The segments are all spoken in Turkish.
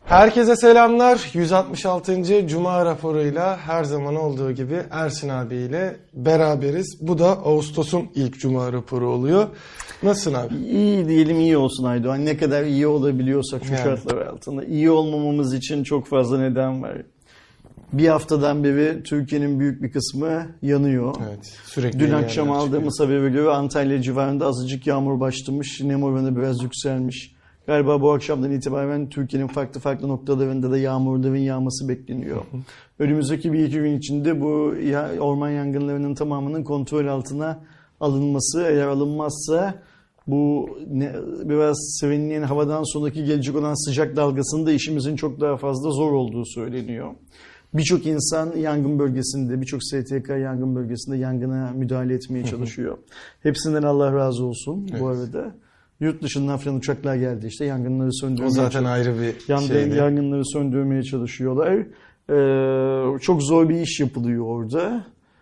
Herkese selamlar. 166. Cuma raporuyla her zaman olduğu gibi Ersin abiyle beraberiz. Bu da Ağustos'un ilk Cuma raporu oluyor. Nasılsın abi? İyi diyelim, iyi olsun Aydoğan. Ne kadar iyi olabiliyorsak şu şartlar altında. İyi olmamamız için çok fazla neden var. Bir haftadan beri Türkiye'nin büyük bir kısmı yanıyor. Evet, sürekli Dün akşam aldığımız habere göre Antalya civarında azıcık yağmur başlamış. Nem oranı biraz yükselmiş. Galiba bu akşamdan itibaren Türkiye'nin farklı noktalarında da yağmurların yağması bekleniyor. Önümüzdeki bir iki gün içinde bu orman yangınlarının tamamının kontrol altına alınması, eğer alınmazsa bu biraz Serenliğin havadan sonraki gelecek olan sıcak dalgasında işimizin çok daha fazla zor olduğu söyleniyor. Birçok insan yangın bölgesinde, birçok STK yangın bölgesinde yangına müdahale etmeye çalışıyor. Hepsinden Allah razı olsun bu arada. Yurt dışından falan uçaklar geldi işte yangınları söndürmeye. O zaten ayrı bir şeydi. Yangınları söndürmeye çalışıyorlar. Çok zor bir iş yapılıyor orada.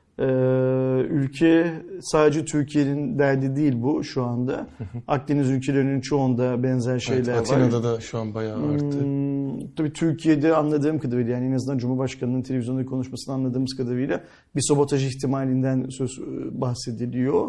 Ülke sadece Türkiye'nin derdi değil bu şu anda. Akdeniz ülkelerinin çoğunda benzer şeyler var. Atina'da da şu an bayağı arttı. Tabii Türkiye'de anladığım kadarıyla, yani en azından Cumhurbaşkanı'nın televizyonda konuşmasını anladığımız kadarıyla bir sabotaj ihtimalinden söz bahsediliyor.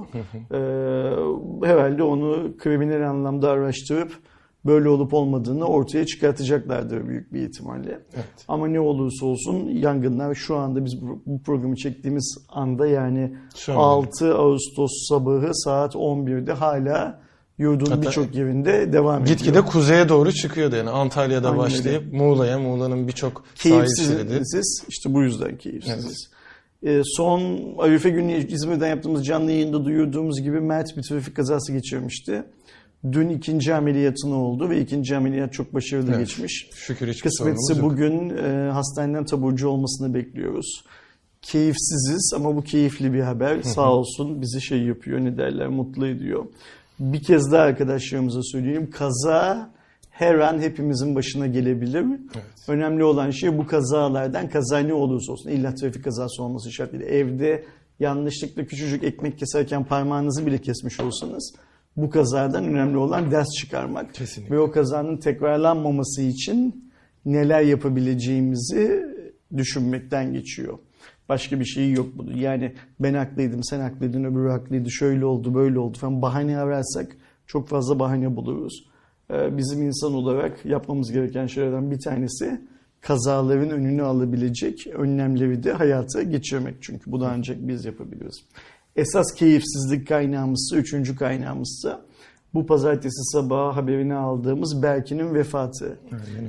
Herhalde onu kriminal anlamda araştırıp böyle olup olmadığını ortaya çıkartacaklardır büyük bir ihtimalle. Evet. Ama ne olursa olsun yangınlar şu anda biz bu programı çektiğimiz anda, yani 6 Ağustos sabahı saat 11'de hala yurdun birçok yerinde devam ediyor. Gitgide kuzeye doğru çıkıyordu, yani Antalya'da aynen başlayıp Muğla'ya, Muğla'nın birçok sahil şeridi. İşte bu yüzden keyifsiziz. Evet. Son Arife günü İzmir'den yaptığımız canlı yayında duyurduğumuz gibi Mert bir trafik kazası geçirmişti. Dün ikinci ameliyatını oldu ve ikinci ameliyat çok başarılı geçmiş. Şükür hiçbir kısmetse bugün hastaneden taburcu olmasını bekliyoruz. Keyifsiziz ama bu keyifli bir haber. Sağ olsun bizi şey yapıyor, ne derler, mutlu ediyor. Bir kez daha arkadaşlarımıza söyleyeyim. Kaza her an hepimizin başına gelebilir. Evet. Önemli olan şey bu kazalardan, kaza ne olursa olsun, illa trafik kazası olması şart değil. Evde yanlışlıkla küçücük ekmek keserken parmağınızı bile kesmiş olsanız, bu kazadan önemli olan ders çıkarmak. Kesinlikle. Ve o kazanın tekrarlanmaması için neler yapabileceğimizi düşünmekten geçiyor. Başka bir şey yok bunun. Yani ben haklıydım, sen haklıydın, öbürü haklıydı, şöyle oldu, böyle oldu falan bahane ararsak çok fazla bahane buluruz. Bizim insan olarak yapmamız gereken şeylerden bir tanesi kazaların önünü alabilecek önlemleri de hayata geçirmek. Çünkü bunu ancak biz yapabiliriz. Esas keyifsizlik kaynağımızsa, üçüncü kaynağımızsa bu pazartesi sabahı haberini aldığımız Berkin'in vefatı.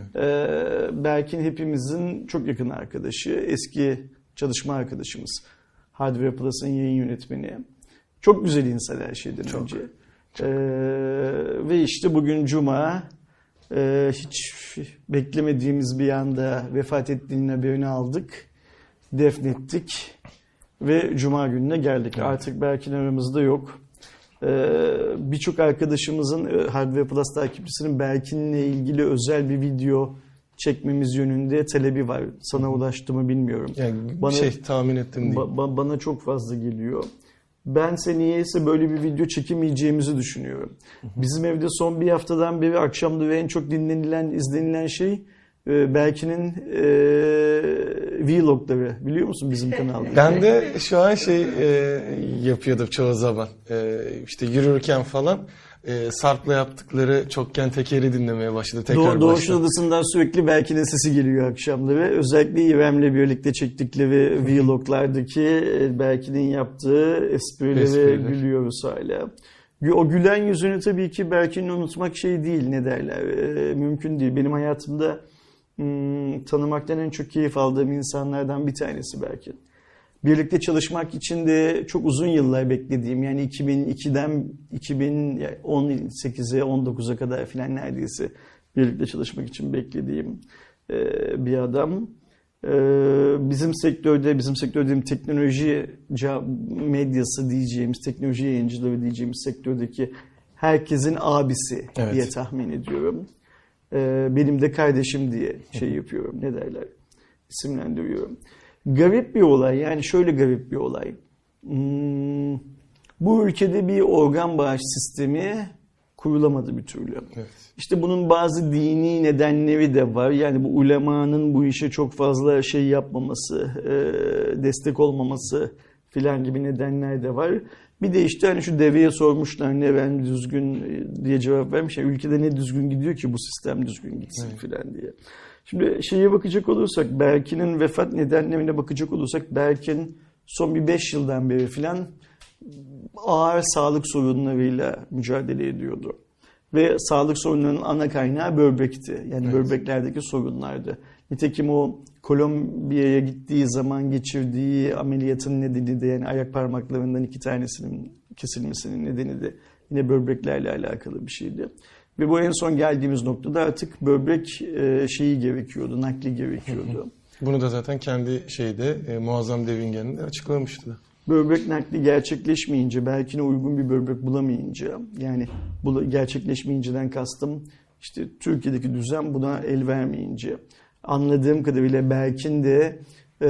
Berkin hepimizin çok yakın arkadaşı, eski çalışma arkadaşımız. Hardware Plus'ın yayın yönetmeni. Çok güzel insan her şeyden önce. Ve işte bugün Cuma, hiç beklemediğimiz bir anda vefat ettiğinin haberini aldık. Defnettik. Ve Cuma gününe geldik. Evet. Artık Berkin aramızda yok. Birçok arkadaşımızın, Hardware Plus takipçisinin Berkin'le ilgili özel bir video çekmemiz yönünde talebi var. Sana ulaştı mı bilmiyorum. Yani tahmin ettim değil. Bana çok fazla geliyor. Bense niyeyse böyle bir video çekemeyeceğimizi düşünüyorum. Bizim evde son bir haftadan beri akşamda ve en çok izlenilen şey Berkin'in vlogları, biliyor musun bizim kanalda? Ben de şu an yapıyordum çoğu zaman. İşte yürürken falan Sarp'la yaptıkları Çokken Teker'i dinlemeye başladı. Doğuş'un odasından sürekli Berkin'in sesi geliyor akşamları. Özellikle İrem'le birlikte çektikleri vloglardaki Berkin'in yaptığı esprileri gülüyoruz hala. O gülen yüzünü tabii ki Berkin'i unutmak değil, ne derler, mümkün değil. Benim hayatımda tanımaktan en çok keyif aldığım insanlardan bir tanesi Berkin. Birlikte çalışmak için de çok uzun yıllar beklediğim, yani 2002'den 2018'e 19'a kadar filan neredeyse birlikte çalışmak için beklediğim bir adam. Bizim sektörde teknoloji medyası diyeceğimiz, teknoloji yayıncıları diyeceğimiz sektördeki herkesin abisi diye tahmin ediyorum. Benim de kardeşim diye yapıyorum, ne derler, isimlendiriyorum. Garip bir olay, yani şöyle garip bir olay. Bu ülkede bir organ bağış sistemi kurulamadı bir türlü. Evet. İşte bunun bazı dini nedenleri de var. Yani bu ulemanın bu işe çok fazla şey yapmaması, destek olmaması filan gibi nedenler de var. Bir de işte hani şu deveye sormuşlar ne ben düzgün diye cevap vermiş. Yani ülkede ne düzgün gidiyor ki bu sistem düzgün gitsin filan diye. Şimdi şeye bakacak olursak, Berkin'in vefat nedenlerine bakacak olursak, Berkin son bir 5 yıldan beri filan ağır sağlık sorunlarıyla mücadele ediyordu. Ve sağlık sorunlarının ana kaynağı böbrekti. Yani böbreklerdeki sorunlardı. Nitekim o Kolombiya'ya gittiği zaman geçirdiği ameliyatın nedeni de yani ayak parmaklarından 2 tanesinin kesilmesinin nedeni de yine böbreklerle alakalı bir şeydi. Ve bu en son geldiğimiz noktada artık böbrek şeyi gerekiyordu, nakli gerekiyordu. Bunu da zaten kendi Muazzam Devingen'de açıklamıştı. Böbrek nakli gerçekleşmeyince, belki uygun bir böbrek bulamayınca, yani gerçekleşmeyinceden kastım işte Türkiye'deki düzen buna el vermeyince, anladığım kadarıyla Berkin de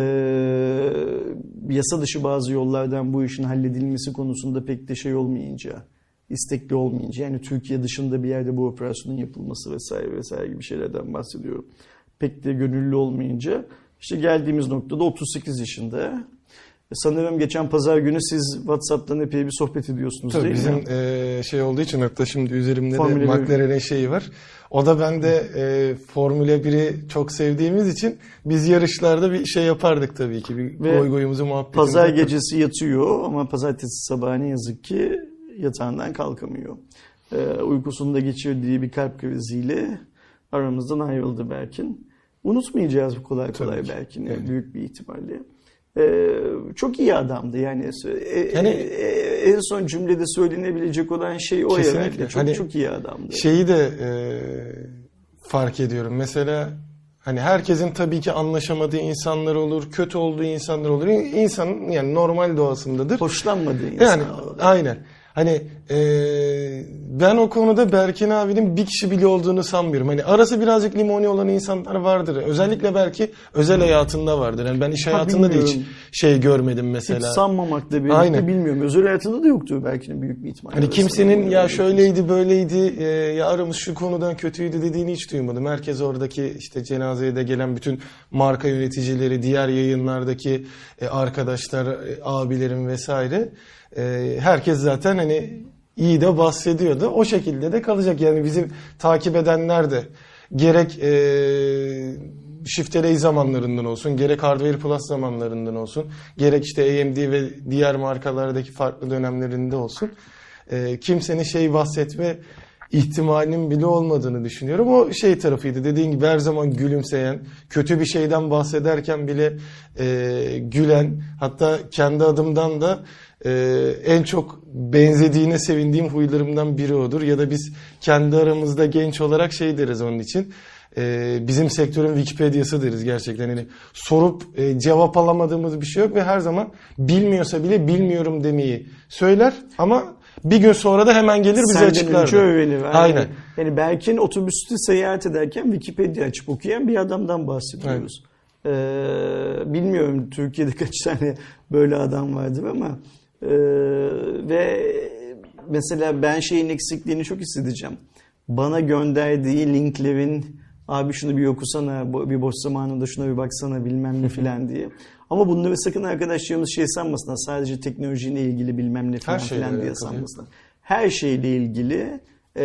yasa dışı bazı yollardan bu işin halledilmesi konusunda pek de şey olmayınca, istekli olmayınca, yani Türkiye dışında bir yerde bu operasyonun yapılması vesaire gibi şeylerden bahsediyorum. Pek de gönüllü olmayınca işte geldiğimiz noktada 38 yaşında. Sanırım geçen pazar günü siz WhatsApp'tan epey bir sohbet ediyorsunuz. Tabii değil bizim mi? Şey olduğu için hatta şimdi üzerimde Formula de McLaren'in şeyi var. O da ben de Formula 1'i çok sevdiğimiz için biz yarışlarda bir şey yapardık tabii ki. Bir goygoyumuzu, muhabbetimizi. Pazar gecesi yatıyor ama pazartesi sabahı ne yazık ki yatağından kalkamıyor. Uykusunda geçirdiği bir kalp kriziyle aramızdan ayrıldı Berkin. Unutmayacağız kolay Berkin'i büyük bir ihtimalle. Çok iyi adamdı yani en son cümlede söylenebilecek olan şey o herhalde. Çok iyi adamdı. Şeyi de fark ediyorum. Mesela hani herkesin tabii ki anlaşamadığı insanlar olur, kötü olduğu insanlar olur. İnsanın yani normal doğasındadır. Hoşlanmadığı insanlar yani, olur. Aynen. Hani ben o konuda Berkin abinin bir kişi bile olduğunu sanmıyorum. Hani arası birazcık limoni olan insanlar vardır. Özellikle belki özel hayatında vardır. Yani ben iş hayatında da hiç şey görmedim mesela. Hiç sanmamakla birlikte bilmiyorum. Özel hayatında da yoktu Berkin'in büyük bir ihtimalle. Hani kimsenin ya şöyleydi böyleydi ya aramız şu konudan kötüydü dediğini hiç duymadım. Herkes oradaki işte cenazeye de gelen bütün marka yöneticileri, diğer yayınlardaki arkadaşlar, abilerim vesaire. Herkes zaten hani iyi de bahsediyordu. O şekilde de kalacak. Yani bizim takip edenler de gerek Shift LA zamanlarından olsun, gerek Hardware Plus zamanlarından olsun, gerek işte AMD ve diğer markalardaki farklı dönemlerinde olsun. Kimsenin bahsetme ihtimalinin bile olmadığını düşünüyorum. O şey tarafıydı. Dediğin gibi her zaman gülümseyen, kötü bir şeyden bahsederken bile gülen, hatta kendi adımdan da en çok benzediğine sevindiğim huylarımdan biri odur. Ya da biz kendi aramızda genç olarak şey deriz onun için. Bizim sektörün Wikipedia'sı deriz gerçekten. Yani sorup cevap alamadığımız bir şey yok ve her zaman bilmiyorsa bile bilmiyorum demeyi söyler ama bir gün sonra da hemen gelir bize açıklar. Aynen. Yani Berkin otobüste seyahat ederken Wikipedia açıp okuyan bir adamdan bahsediyoruz. Bilmiyorum Türkiye'de kaç tane böyle adam vardır ama ve mesela ben şeyin eksikliğini çok hissedeceğim. Bana gönderdiği linklerin abi şunu bir okusana, bir boş zamanında şuna bir baksana bilmem ne filan diye. Ama bunları sakın arkadaşlarımız şey sanmasınlar. Sadece teknolojiyle ilgili bilmem ne filan diye sanmasınlar. Her şeyle ilgili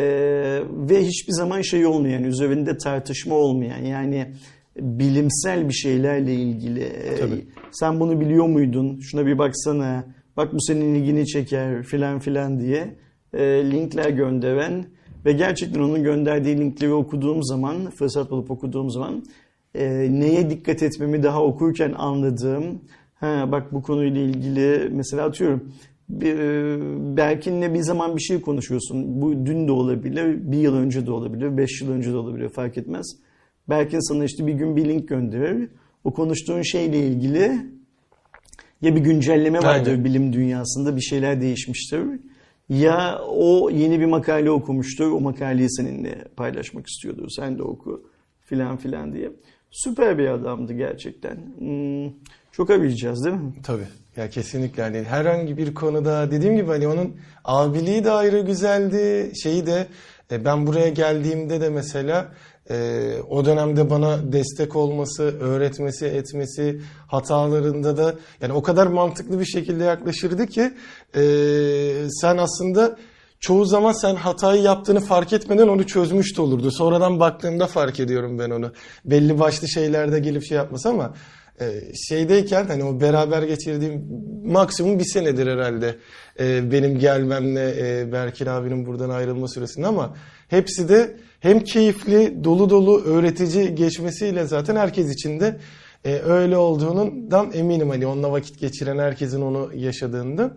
ve hiçbir zaman şey olmayan, üzerinde tartışma olmayan yani bilimsel bir şeylerle ilgili. Sen bunu biliyor muydun? Şuna bir baksana. Bak bu senin ilgini çeker filan diye linkler gönderen ve gerçekten onun gönderdiği linkleri okuduğum zaman, fırsat bulup okuduğum zaman neye dikkat etmemi daha okurken anladığım, bak bu konuyla ilgili mesela atıyorum Berkin'le bir zaman bir şey konuşuyorsun. Bu dün de olabilir, bir yıl önce de olabilir, 5 yıl önce de olabilir fark etmez. Berkin sana işte bir gün bir link gönderir. O konuştuğun şeyle ilgili ya bir güncelleme vardır bilim dünyasında bir şeyler değişmiştir. Ya o yeni bir makale okumuştur. O makaleyi seninle paylaşmak istiyordur. Sen de oku filan diye. Süper bir adamdı gerçekten. Çok arayacağız değil mi? Tabii. Ya kesinlikle, hani herhangi bir konuda dediğim gibi hani onun abiliği de ayrı güzeldi. Şeyi de ben buraya geldiğimde de mesela o dönemde bana destek olması, öğretmesi, etmesi, hatalarında da yani o kadar mantıklı bir şekilde yaklaşırdı ki sen aslında çoğu zaman sen hatayı yaptığını fark etmeden onu çözmüş de olurdu. Sonradan baktığımda fark ediyorum ben onu. Belli başlı şeylerde gelip şey yapması ama şeydeyken hani o beraber geçirdiğim maksimum bir senedir herhalde benim gelmemle Berkin abinin buradan ayrılma süresinde, ama hepsi de hem keyifli, dolu dolu, öğretici geçmesiyle zaten herkes için de öyle olduğundan eminim, hani onunla vakit geçiren herkesin onu yaşadığında.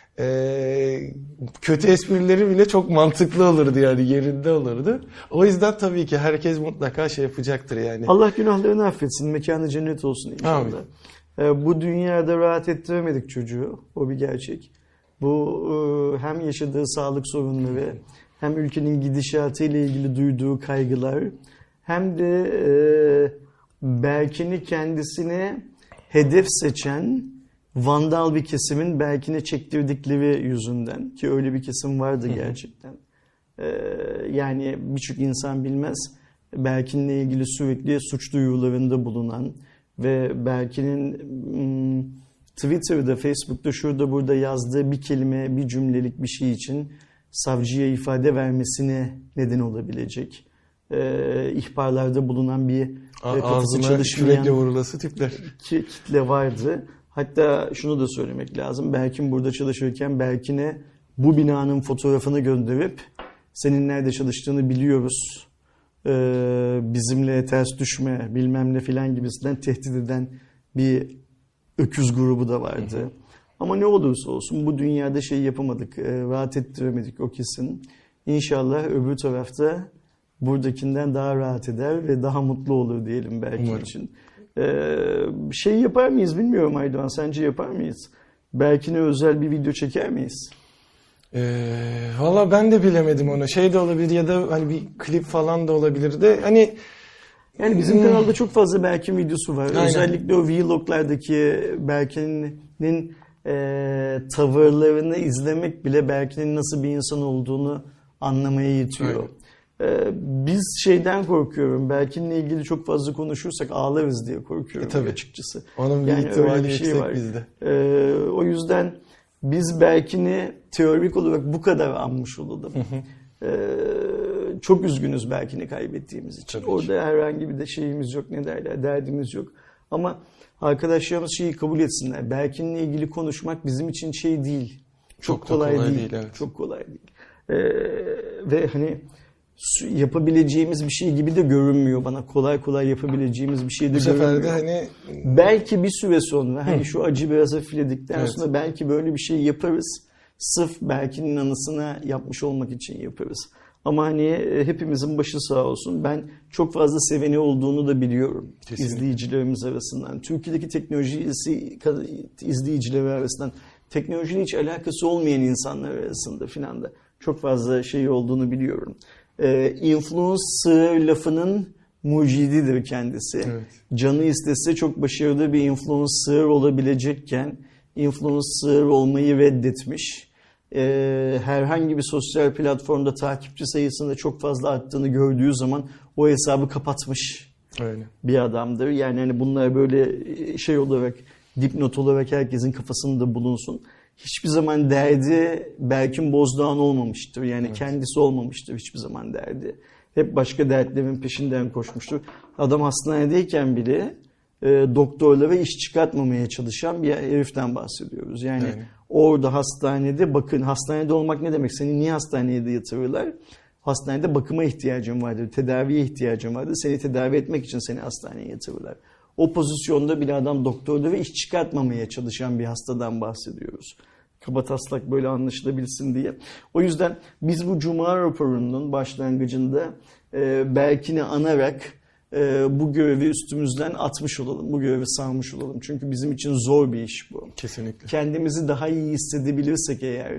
Kötü esprileri bile çok mantıklı olurdu, yani yerinde olurdu. O yüzden tabii ki herkes mutlaka şey yapacaktır yani. Allah günahlarını affetsin, mekanı cennet olsun inşallah. Bu dünyada rahat ettiremedik çocuğu, o bir gerçek. Bu hem yaşadığı sağlık sorunları, hem ülkenin gidişatı ile ilgili duyduğu kaygılar, hem de Berkin'i kendisine hedef seçen vandal bir kesimin Berkin'e çektirdikleri yüzünden, ki öyle bir kesim vardı gerçekten. Yani birçok insan bilmez, Berkin'le ilgili sürekli suç duyurularında bulunan ve Berkin'in Twitter'da, Facebook'ta, şurada burada yazdığı bir kelime, bir cümlelik bir şey için savcıya ifade vermesine neden olabilecek ihbarlarda bulunan bir kafası çalışmayan sürekli vurulası tipler. Kitle vardı. Hatta şunu da söylemek lazım. Berkin burada çalışırken Berkin'e bu binanın fotoğrafını gönderip senin nerede çalıştığını biliyoruz, bizimle ters düşme bilmem ne filan gibisinden tehdit eden bir öküz grubu da vardı. Ama ne olursa olsun bu dünyada şey yapamadık, rahat ettiremedik, o kesin. İnşallah öbür tarafta buradakinden daha rahat eder ve daha mutlu olur diyelim Berkin için. Şey yapar mıyız bilmiyorum Aydoğan, sence yapar mıyız? Berkin'e özel bir video çeker miyiz? Valla ben de bilemedim onu. Şey de olabilir ya da hani bir klip falan da olabilir de hani. Yani bizim kanalda çok fazla Berkin videosu var. Aynen. Özellikle o vloglardaki Berkin'in tavırlarını izlemek bile Berkin'in nasıl bir insan olduğunu anlamaya yetiyor. Aynen. Biz şeyden korkuyorum. Berkin'le ilgili çok fazla konuşursak ağlarız diye korkuyorum tabii. açıkçası. Onun bir yani ihtimali öyle bir şey yüksek var. bizde. O yüzden biz Berkin'i teorik olarak bu kadar anmış olalım. Çok üzgünüz Berkin'i kaybettiğimiz için. Tabii Orada herhangi bir de şeyimiz yok, ne derler, derdimiz yok. Ama arkadaşlarımız şeyi kabul etsinler. Berkin'le ilgili konuşmak bizim için şey değil. Çok kolay değil. Evet. Çok kolay değil. Ve hani yapabileceğimiz bir şey gibi de görünmüyor bana. Kolay kolay yapabileceğimiz bir şey de görünmüyor. Bu sefer de hani belki bir süre sonra hani şu acı biraz hafifledikten sonra belki böyle bir şey yaparız. Sırf Berkin'in anısına yapmış olmak için yaparız. Ama hani hepimizin başı sağ olsun. Ben çok fazla seveni olduğunu da biliyorum. Kesinlikle. İzleyicilerimiz arasından. Türkiye'deki teknoloji izleyicileri arasından. Teknolojiyle hiç alakası olmayan insanlar arasında filan da çok fazla şey olduğunu biliyorum. Influencer lafının mucididir kendisi. Evet. Canı istese çok başarılı bir influencer olabilecekken influencer olmayı reddetmiş. Herhangi bir sosyal platformda takipçi sayısında çok fazla arttığını gördüğü zaman o hesabı kapatmış. öyle. Bir adamdır. Yani hani bunlar böyle şey olarak, dipnot olarak herkesin kafasında bulunsun. Hiçbir zaman derdi Berkin Bozdoğan olmamıştır. Yani kendisi olmamıştır hiçbir zaman derdi. Hep başka dertlerin peşinden koşmuştur. Adam hastanedeyken bile doktorlara iş çıkartmamaya çalışan bir heriften bahsediyoruz. Yani orada hastanede, bakın hastanede olmak ne demek? Seni niye hastaneye de yatırırlar? Hastanede bakıma ihtiyacın vardır, tedaviye ihtiyacın vardır. Seni tedavi etmek için seni hastaneye yatırırlar. O pozisyonda bile adam doktorlara iş çıkartmamaya çalışan bir hastadan bahsediyoruz. Kabataslak böyle anlaşılabilsin diye. O yüzden biz bu Cuma raporunun başlangıcında Berkin'i anarak bu görevi üstümüzden atmış olalım. Bu görevi sağmış olalım. Çünkü bizim için zor bir iş bu. Kesinlikle. Kendimizi daha iyi hissedebilirsek eğer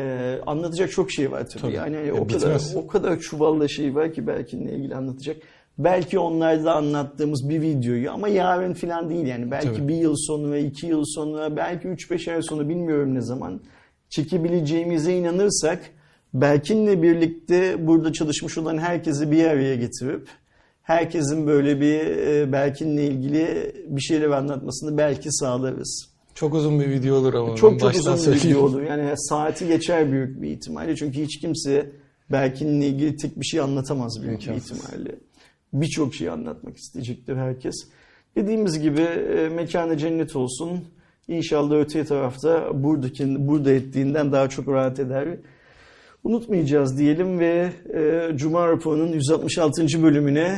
anlatacak çok şey var tabii. Yani o kadar çuvalla şey var ki Berkin'le ilgili anlatacak. belki onlarda anlattığımız bir videoyu ama yarın falan değil yani belki Tabii. bir yıl sonra, 2 yıl sonra, belki 3-5 ay sonra bilmiyorum ne zaman çekebileceğimize inanırsak Berkin'le birlikte burada çalışmış olan herkesi bir araya getirip herkesin böyle bir Berkin'le ilgili bir şeyler anlatmasını belki sağlarız. Çok uzun bir video olur ama. Çok ben çok baştan uzun bir söyleyeyim. video olur. Yani saati geçer büyük bir ihtimalle. Çünkü hiç kimse Berkin'le ilgili tek bir şey anlatamaz büyük bir İmkansız. ihtimalle. Birçok şey anlatmak isteyecektir herkes. Dediğimiz gibi mekanı cennet olsun. İnşallah öte tarafta burada ettiğinden daha çok rahat eder. Unutmayacağız diyelim ve Cuma raporunun 166. bölümüne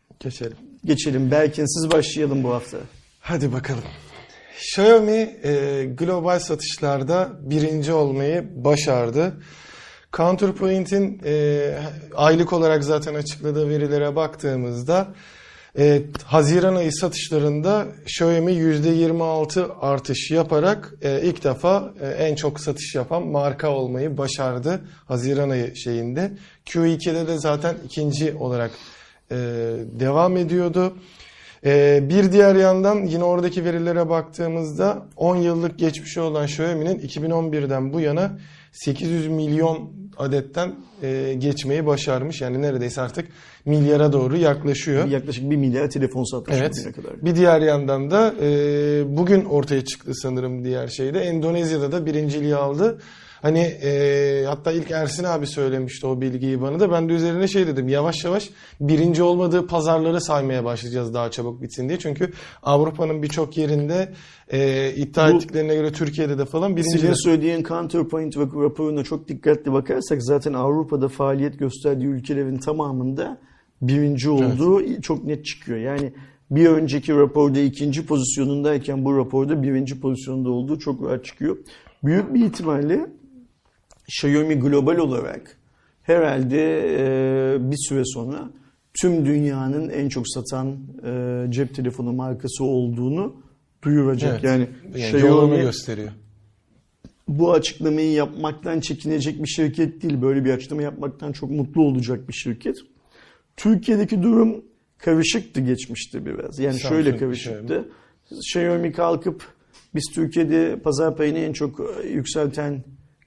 geçelim. Berkin'siz başlayalım bu hafta. Hadi bakalım. Xiaomi global satışlarda birinci olmayı başardı. Counterpoint'in aylık olarak zaten açıkladığı verilere baktığımızda Haziran ayı satışlarında Xiaomi %26 artış yaparak ilk defa en çok satış yapan marka olmayı başardı Haziran ayı şeyinde. Q2'de de zaten ikinci olarak devam ediyordu. Bir diğer yandan yine oradaki verilere baktığımızda 10 yıllık geçmişi olan Xiaomi'nin 2011'den bu yana 800 milyon adetten geçmeyi başarmış. Yani neredeyse artık milyara doğru yaklaşıyor. Yaklaşık 1 milyar telefon satmış Evet. bugüne kadar. Bir diğer yandan da bugün ortaya çıktı sanırım diğer şeyde. Endonezya'da da birinciliği aldı. Hani hatta ilk Ersin abi söylemişti o bilgiyi bana da. Ben de üzerine şey dedim. Yavaş yavaş birinci olmadığı pazarları saymaya başlayacağız daha çabuk bitsin diye. Çünkü Avrupa'nın birçok yerinde iddia ettiklerine göre Türkiye'de de falan birinci. Sizin söylediğin Counterpoint raporuna çok dikkatli bakarsak zaten Avrupa'da faaliyet gösterdiği ülkelerin tamamında birinci olduğu çok net çıkıyor. Yani bir önceki raporda ikinci pozisyonundayken bu raporda birinci pozisyonda olduğu çok rahat çıkıyor. Büyük bir ihtimalle Xiaomi global olarak herhalde bir süre sonra tüm dünyanın en çok satan cep telefonu markası olduğunu duyuracak. Evet. Yani yolunu gösteriyor. Bu açıklamayı yapmaktan çekinecek bir şirket değil. Böyle bir açıklama yapmaktan çok mutlu olacak bir şirket. Türkiye'deki durum karışıktı geçmişti biraz. Yani Samsung şöyle karışıktı. Xiaomi kalkıp biz Türkiye'de pazar payını en çok yükselten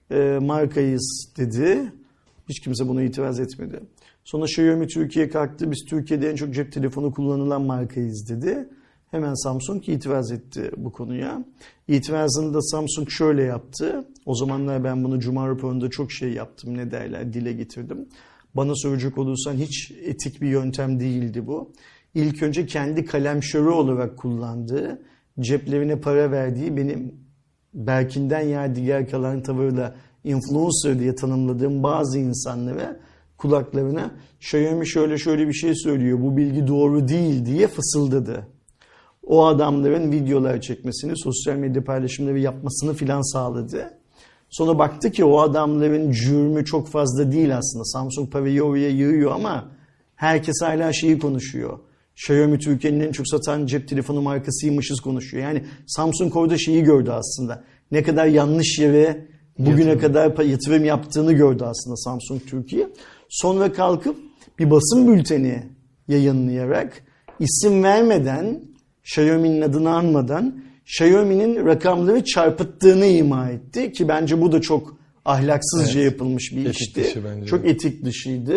markayız dedi. Hiç kimse buna itiraz etmedi. Sonra Xiaomi Türkiye kalktı. Biz Türkiye'de en çok cep telefonu kullanılan markayız dedi. Hemen Samsung itiraz etti bu konuya. İtirazını da Samsung şöyle yaptı. O zamanlar ben bunu Cuma raporunda çok şey yaptım. Ne derler dile getirdim. Bana soracak olursan hiç etik bir yöntem değildi bu. İlk önce kendi kalemşörü olarak kullandığı, ceplerine para verdiği benim Berkin'den yadigar kalan tavırla influencer diye tanımladığım bazı insanlara kulaklarına Xiaomi şöyle bir şey söylüyor, bu bilgi doğru değil diye fısıldadı. O adamların videolar çekmesini, sosyal medya paylaşımları yapmasını filan sağladı. Sonra baktı ki o adamların cürmü çok fazla değil aslında. Samsung parayı oraya yığıyor ama herkes hala şeyi konuşuyor. Xiaomi Türkiye'nin en çok satan cep telefonu markasıymışız konuşuyor. Yani Samsung orada şeyi gördü aslında. Ne kadar yanlış yere bugüne kadar yatırım yaptığını gördü aslında Samsung Türkiye. Sonra kalkıp bir basın bülteni yayınlayarak isim vermeden, Xiaomi'nin adını anmadan Xiaomi'nin rakamları çarpıttığını ima etti ki bence bu da çok ahlaksızca yapılmış bir işti. Çok etik dışıydı.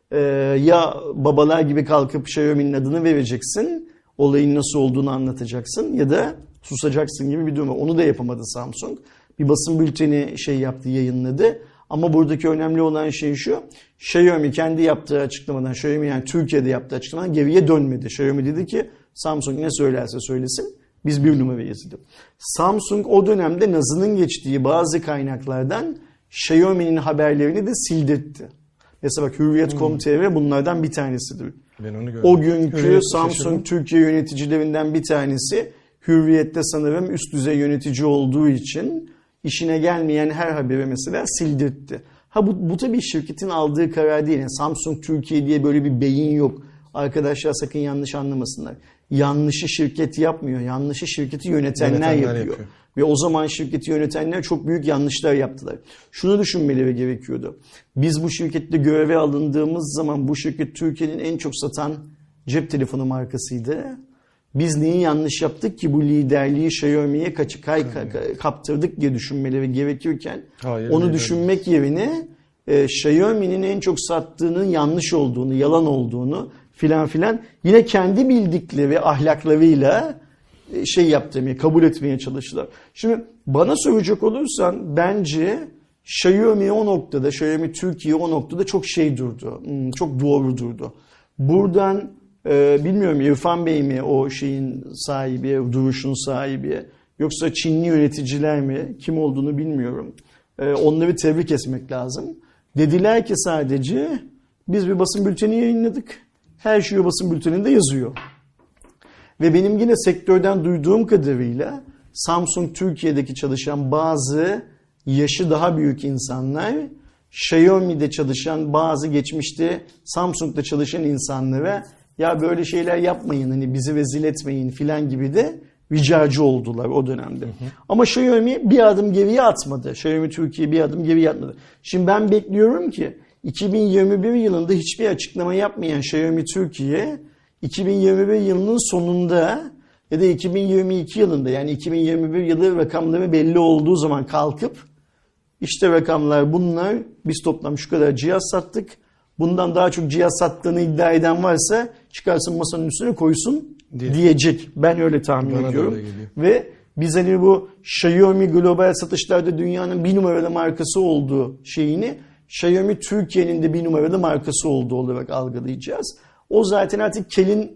Ya babalar gibi kalkıp Xiaomi'nin adını vereceksin, olayın nasıl olduğunu anlatacaksın ya da susacaksın gibi bir durum. Onu da yapamadı Samsung. Bir basın bülteni yaptı, yayınladı. Ama buradaki önemli olan şey şu. Xiaomi kendi yaptığı açıklamadan, Xiaomi yani Türkiye'de yaptığı açıklamadan geriye dönmedi. Xiaomi dedi ki Samsung ne söylerse söylesin biz bir numarayız dedi. Samsung o dönemde nazının geçtiği bazı kaynaklardan Xiaomi'nin haberlerini de sildirtti. Mesela bak Hürriyet.com.tr bunlardan bir tanesidir. Ben onu gördüm. O günkü Samsung Türkiye yöneticilerinden bir tanesi Hürriyet'te sanırım üst düzey yönetici olduğu için işine gelmeyen her haberi mesela sildirtti. Bu tabii şirketin aldığı karar değil. Yani Samsung Türkiye diye böyle bir beyin yok. Arkadaşlar sakın yanlış anlamasınlar. Yanlışı şirket yapmıyor. Yanlışı şirketi yönetenler yapıyor. Ve o zaman şirketi yönetenler çok büyük yanlışlar yaptılar. Şunu düşünmeleri gerekiyordu. Biz bu şirkette göreve alındığımız zaman bu şirket Türkiye'nin en çok satan cep telefonu markasıydı. Biz neyi yanlış yaptık ki bu liderliği Xiaomi'ye kaptırdık diye düşünmeleri gerekirken onu düşünmek yerine Xiaomi'nin en çok sattığının yanlış olduğunu, yalan olduğunu filan yine kendi bildikleri ahlaklarıyla kabul etmeye çalıştılar. Şimdi bana soracak olursan bence Xiaomi Türkiye o noktada çok durdu. Çok doğru durdu. Buradan bilmiyorum İrfan Bey mi o şeyin sahibi, duruşun sahibi yoksa Çinli yöneticiler mi, kim olduğunu bilmiyorum. Onları tebrik etmek lazım. Dediler ki sadece biz bir basın bülteni yayınladık. Her şey o basın bülteninde yazıyor. Ve benim yine sektörden duyduğum kadarıyla Samsung Türkiye'deki çalışan bazı yaşı daha büyük insanlar Xiaomi'de çalışan bazı geçmişte Samsung'da çalışan insanlara ya böyle şeyler yapmayın hani bizi rezil etmeyin filan gibi de ricacı oldular o dönemde. Ama Xiaomi bir adım geriye atmadı. Xiaomi Türkiye bir adım geriye atmadı. Şimdi ben bekliyorum ki 2021 yılında hiçbir açıklama yapmayan Xiaomi Türkiye 2021 yılının sonunda ya da 2022 yılında yani 2021 yılı rakamları belli olduğu zaman kalkıp işte rakamlar bunlar biz toplam şu kadar cihaz sattık. Bundan daha çok cihaz sattığını iddia eden varsa çıkarsın masanın üstüne koysun diyecek. Ben öyle tahmin ediyorum. Ve biz hani bu Xiaomi global satışlarda dünyanın bir numaralı markası olduğu şeyini Xiaomi Türkiye'nin de bir numaralı markası olduğu olarak algılayacağız. O zaten artık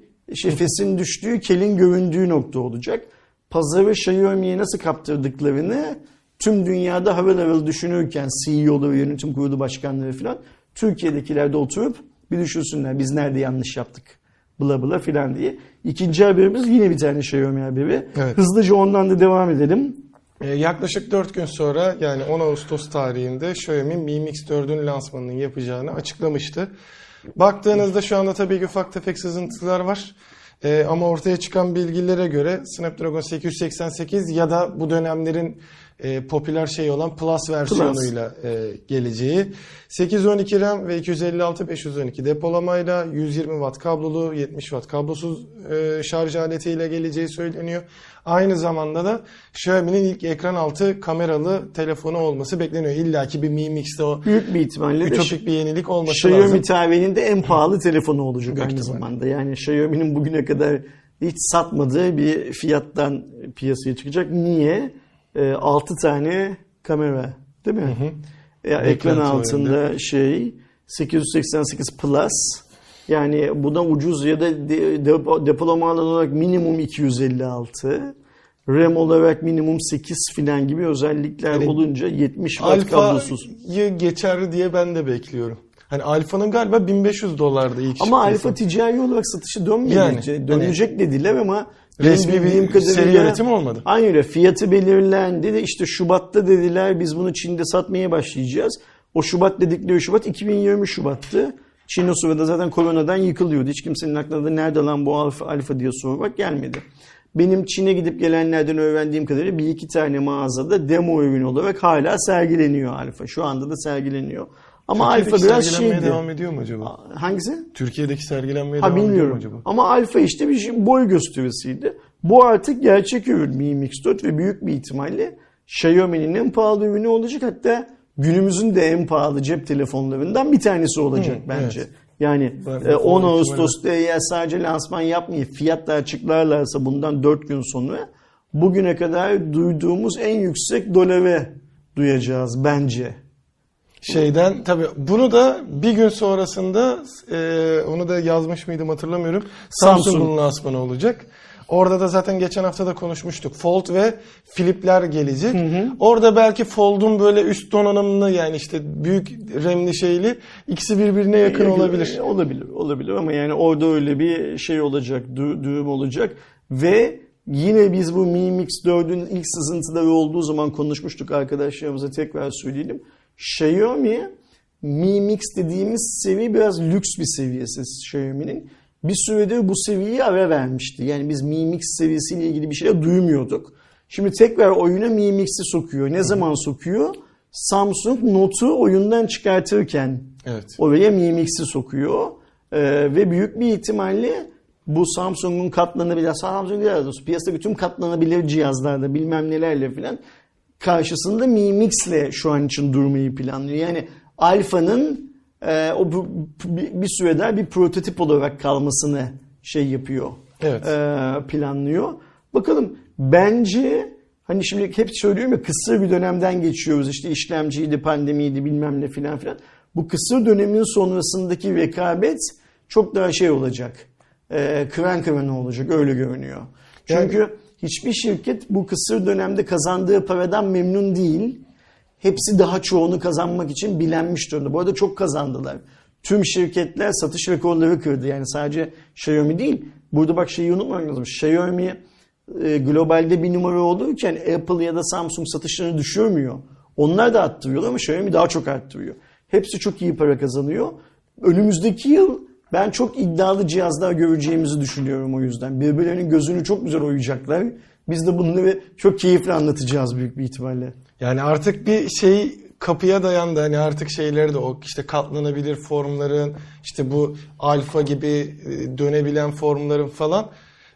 fesin düştüğü, kelin göründüğü nokta olacak. Pazarı Xiaomi'ye nasıl kaptırdıklarını tüm dünyada harıl harıl düşünürken CEO'ları, yönetim kurulu başkanları falan Türkiye'dekiler de oturup bir düşünsünler biz nerede yanlış yaptık bla bla filan diye. İkinci haberimiz yine bir tane Xiaomi haberi. Evet. Hızlıca ondan da devam edelim. Yaklaşık 4 gün sonra yani 10 Ağustos tarihinde Xiaomi Mi Mix 4'ün lansmanını yapacağını açıklamıştı. Baktığınızda şu anda tabii ki ufak tefek sızıntılar var. Ama ortaya çıkan bilgilere göre Snapdragon 888 ya da bu dönemlerin popüler olan Plus versiyonuyla geleceği. 812 RAM ve 256-512 depolamayla 120 Watt kablolu 70 Watt kablosuz şarj aletiyle geleceği söyleniyor. Aynı zamanda da Xiaomi'nin ilk ekran altı kameralı telefonu olması bekleniyor. İlla ki bir Mi Mix'te o büyük bir ihtimalle ütopik bir yenilik olması Xiaomi lazım. Xiaomi tarihinin de en pahalı telefonu olacak aynı zamanda. Yani Xiaomi'nin bugüne kadar hiç satmadığı bir fiyattan piyasaya çıkacak. Niye? 6 tane kamera değil mi? Ekran altında 888 Plus yani buna ucuz ya da depolama alanı olarak minimum 256 RAM olarak minimum 8 filan gibi özellikler yani olunca 70 Watt kablosuz. Alfa'yı geçer diye ben de bekliyorum. Hani Alfa'nın galiba $1500'da ilk ama Alfa ticari olarak satışı dönmeyecek. Yani, dönecek dediler ama resmi bir seri üretim olmadı. Aynı öyle. Fiyatı belirlendi de işte Şubat'ta dediler biz bunu Çin'de satmaya başlayacağız. O Şubat dedikleri Şubat 2020 Şubat'tı. Çin o sırada zaten koronadan yıkılıyordu. Hiç kimsenin aklına da nerede lan bu Alfa diye sormak gelmedi. Benim Çin'e gidip gelenlerden öğrendiğim kadarıyla bir iki tane mağazada demo ürün olarak hala sergileniyor Alfa. Şu anda da sergileniyor. Ama Alfa biraz devam ediyor mu acaba? Hangisi? Türkiye'deki sergilenmeye devam ediyor mu acaba? Ama Alfa işte bir boy gösterisiydi. Bu artık gerçek ürün Mi Mix 4 ve büyük bir ihtimalle Xiaomi'nin en pahalı ürünü olacak. Hatta günümüzün de en pahalı cep telefonlarından bir tanesi olacak bence. Evet. Yani 10 Ağustos'ta eğer sadece lansman yapmayıp fiyatla açıklarlarsa bundan 4 gün sonra bugüne kadar duyduğumuz en yüksek dolave duyacağız bence. Tabii bunu da bir gün sonrasında onu da yazmış mıydım hatırlamıyorum. Samsung'un lansmanı olacak. Orada da zaten geçen hafta da konuşmuştuk. Fold ve Flip'ler gelecek. Orada belki Fold'un böyle üst donanımlı yani işte büyük RAM'li şeyli ikisi birbirine yakın olabilir. Olabilir ama yani orada öyle bir şey olacak, düğüm olacak ve yine biz bu Mi Mix 4'ün ilk sızıntıları olduğu zaman konuşmuştuk arkadaşlarımıza tekrar söyleyelim. Xiaomi Mi Mix dediğimiz seviye biraz lüks bir seviyesi Xiaomi'nin. Bir süredir bu seviyeyi ara vermişti. Yani biz Mi Mix seviyesiyle ilgili bir şey duymuyorduk. Şimdi tekrar oyuna Mi Mix'i sokuyor. Ne zaman sokuyor? Samsung Note'u oyundan çıkartırken oraya Mi Mix'i sokuyor. Ve büyük bir ihtimalle bu Samsung'un katlanabilir, Samsung değil doğrusu, piyasadaki tüm katlanabilir cihazlarda bilmem nelerle filan karşısında Mi Mix'le şu an için durmayı planlıyor. Yani Alpha'nın bir süre daha bir prototip olarak kalmasını yapıyor. Evet. Planlıyor. Bakalım, bence hani şimdi hep söylüyorum ya, kısır bir dönemden geçiyoruz. İşte işlemciydi, pandemiydi, bilmem ne filan filan. Bu kısır dönemin sonrasındaki rekabet çok daha olacak. Kıran kırana olacak, öyle görünüyor. Çünkü hiçbir şirket bu kısır dönemde kazandığı paradan memnun değil. Hepsi daha çoğunu kazanmak için bilenmiş durumda. Bu arada çok kazandılar. Tüm şirketler satış rekorları kırdı. Yani sadece Xiaomi değil. Burada bak şeyi unutmamak lazım. Xiaomi globalde bir numara olurken Apple ya da Samsung satışlarını düşürmüyor. Onlar da arttırıyorlar ama Xiaomi daha çok arttırıyor. Hepsi çok iyi para kazanıyor. Önümüzdeki yıl ben çok iddialı cihazlar göreceğimizi düşünüyorum o yüzden. Birbirlerinin gözünü çok güzel oyacaklar. Biz de bunları çok keyifli anlatacağız büyük bir ihtimalle. Yani artık bir kapıya dayandı. Hani artık şeyleri de o işte katlanabilir formların, işte bu alfa gibi dönebilen formların falan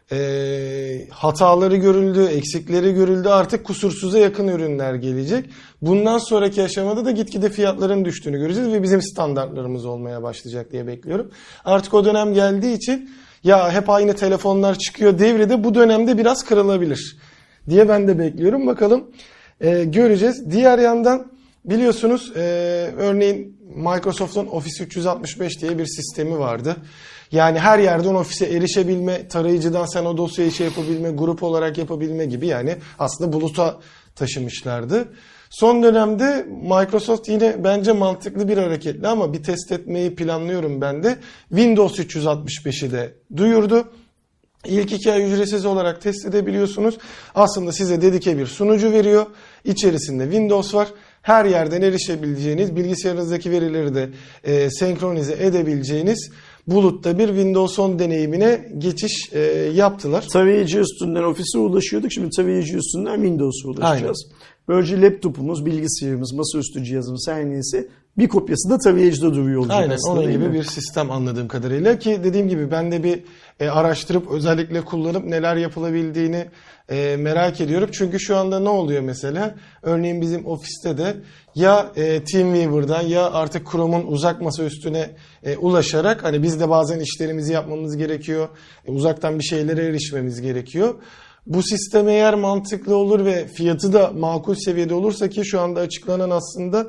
hataları görüldü, eksikleri görüldü. Artık kusursuza yakın ürünler gelecek. Bundan sonraki aşamada da gitgide fiyatların düştüğünü göreceğiz ve bizim standartlarımız olmaya başlayacak diye bekliyorum. Artık o dönem geldiği için ya hep aynı telefonlar çıkıyor devri de bu dönemde biraz kırılabilir diye ben de bekliyorum. Bakalım göreceğiz. Diğer yandan biliyorsunuz örneğin Microsoft'un Office 365 diye bir sistemi vardı. Yani her yerden ofise erişebilme, tarayıcıdan sen o dosyayı yapabilme, grup olarak yapabilme gibi, yani aslında buluta taşımışlardı. Son dönemde Microsoft yine bence mantıklı bir hareketle ama bir test etmeyi planlıyorum ben de. Windows 365'i de duyurdu. İlk 2 ay ücretsiz olarak test edebiliyorsunuz. Aslında size dedike bir sunucu veriyor. İçerisinde Windows var. Her yerden erişebileceğiniz, bilgisayarınızdaki verileri de senkronize edebileceğiniz bulutta bir Windows 10 deneyimine geçiş yaptılar. Tarayıcı üstünden Office'e ulaşıyorduk. Şimdi tarayıcı üstünden Windows'a ulaşacağız. Aynen. Böylece laptopumuz, bilgisayarımız, masaüstü cihazımız her neyse bir kopyası da tarayıcıda duruyor olacak. Aynen, aslında, onun gibi bir sistem anladığım kadarıyla, ki dediğim gibi ben de bir araştırıp özellikle kullanıp neler yapılabildiğini merak ediyorum. Çünkü şu anda ne oluyor mesela? Örneğin bizim ofiste de ya TeamViewer'dan ya artık Chrome'un uzak masa üstüne ulaşarak, hani biz de bazen işlerimizi yapmamız gerekiyor. Uzaktan bir şeylere erişmemiz gerekiyor. Bu sistem eğer mantıklı olur ve fiyatı da makul seviyede olursa, ki şu anda açıklanan aslında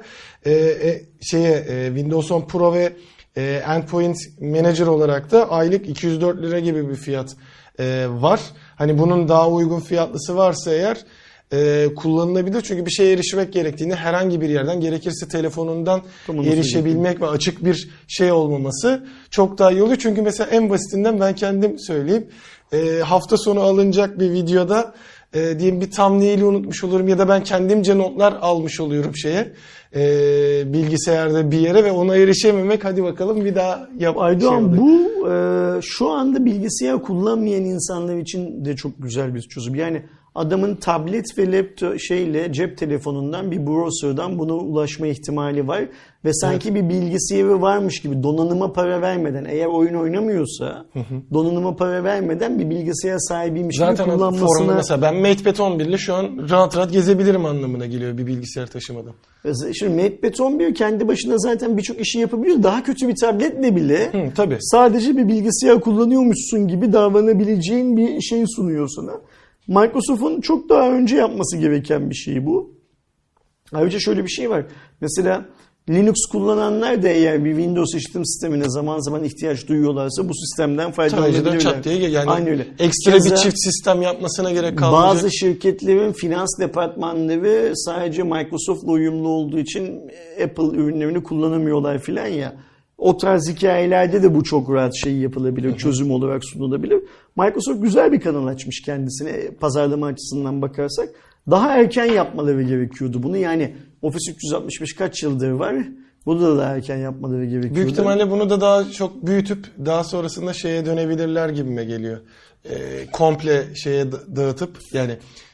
Windows 10 Pro ve Endpoint Manager olarak da aylık 204 lira gibi bir fiyat var. Hani bunun daha uygun fiyatlısı varsa eğer kullanılabilir. Çünkü bir şeye erişmek gerektiğinde herhangi bir yerden, gerekirse telefonundan erişebilmek ve açık bir olmaması çok daha iyi oluyor. Çünkü mesela en basitinden ben kendim söyleyeyim. Hafta sonu alınacak bir videoda diyelim bir thumbnail'i unutmuş olurum ya da ben kendimce notlar almış oluyorum bilgisayarda bir yere ve ona erişememek, hadi bakalım bir daha yap. Aydoğan, bu şu anda bilgisayar kullanmayan insanlar için de çok güzel bir çözüm. Yani adamın tablet ve laptop cep telefonundan bir browser'dan buna ulaşma ihtimali var ve sanki bir bilgisayarı varmış gibi donanıma para vermeden, eğer oyun oynamıyorsa donanıma para vermeden bir bilgisayar sahibiymiş gibi kullanmasına. Zaten mesela ben MatePad 11 ile şu an rahat rahat gezebilirim anlamına geliyor bir bilgisayar taşımadan. Şimdi MatePad 11 kendi başına zaten birçok işi yapabiliyor. Daha kötü bir tabletle bile tabii. Sadece bir bilgisayar kullanıyormuşsun gibi davranabileceğin bir şey sunuyor sana. Microsoft'un çok daha önce yapması gereken bir şey bu. Ayrıca şöyle bir şey var. Mesela Linux kullananlar da eğer bir Windows işletim sistemine zaman zaman ihtiyaç duyuyorlarsa bu sistemden faydalanabilirler. Çat diye yani aynı öyle. Ekstra bir çift sistem yapmasına gerek kalmayacak. Bazı şirketlerin finans departmanları sadece Microsoft'la uyumlu olduğu için Apple ürünlerini kullanamıyorlar filan ya. O tarz hikayelerde de bu çok rahat yapılabilir, çözüm olarak sunulabilir. Microsoft güzel bir kanal açmış kendisine pazarlama açısından bakarsak. Daha erken yapmaları gerekiyordu bunu. Yani Office 365 kaç yıldır var? Bunu da daha erken yapmaları gerekiyordu. Büyük ihtimalle bunu da daha çok büyütüp daha sonrasında dönebilirler gibime geliyor. Komple dağıtıp, yani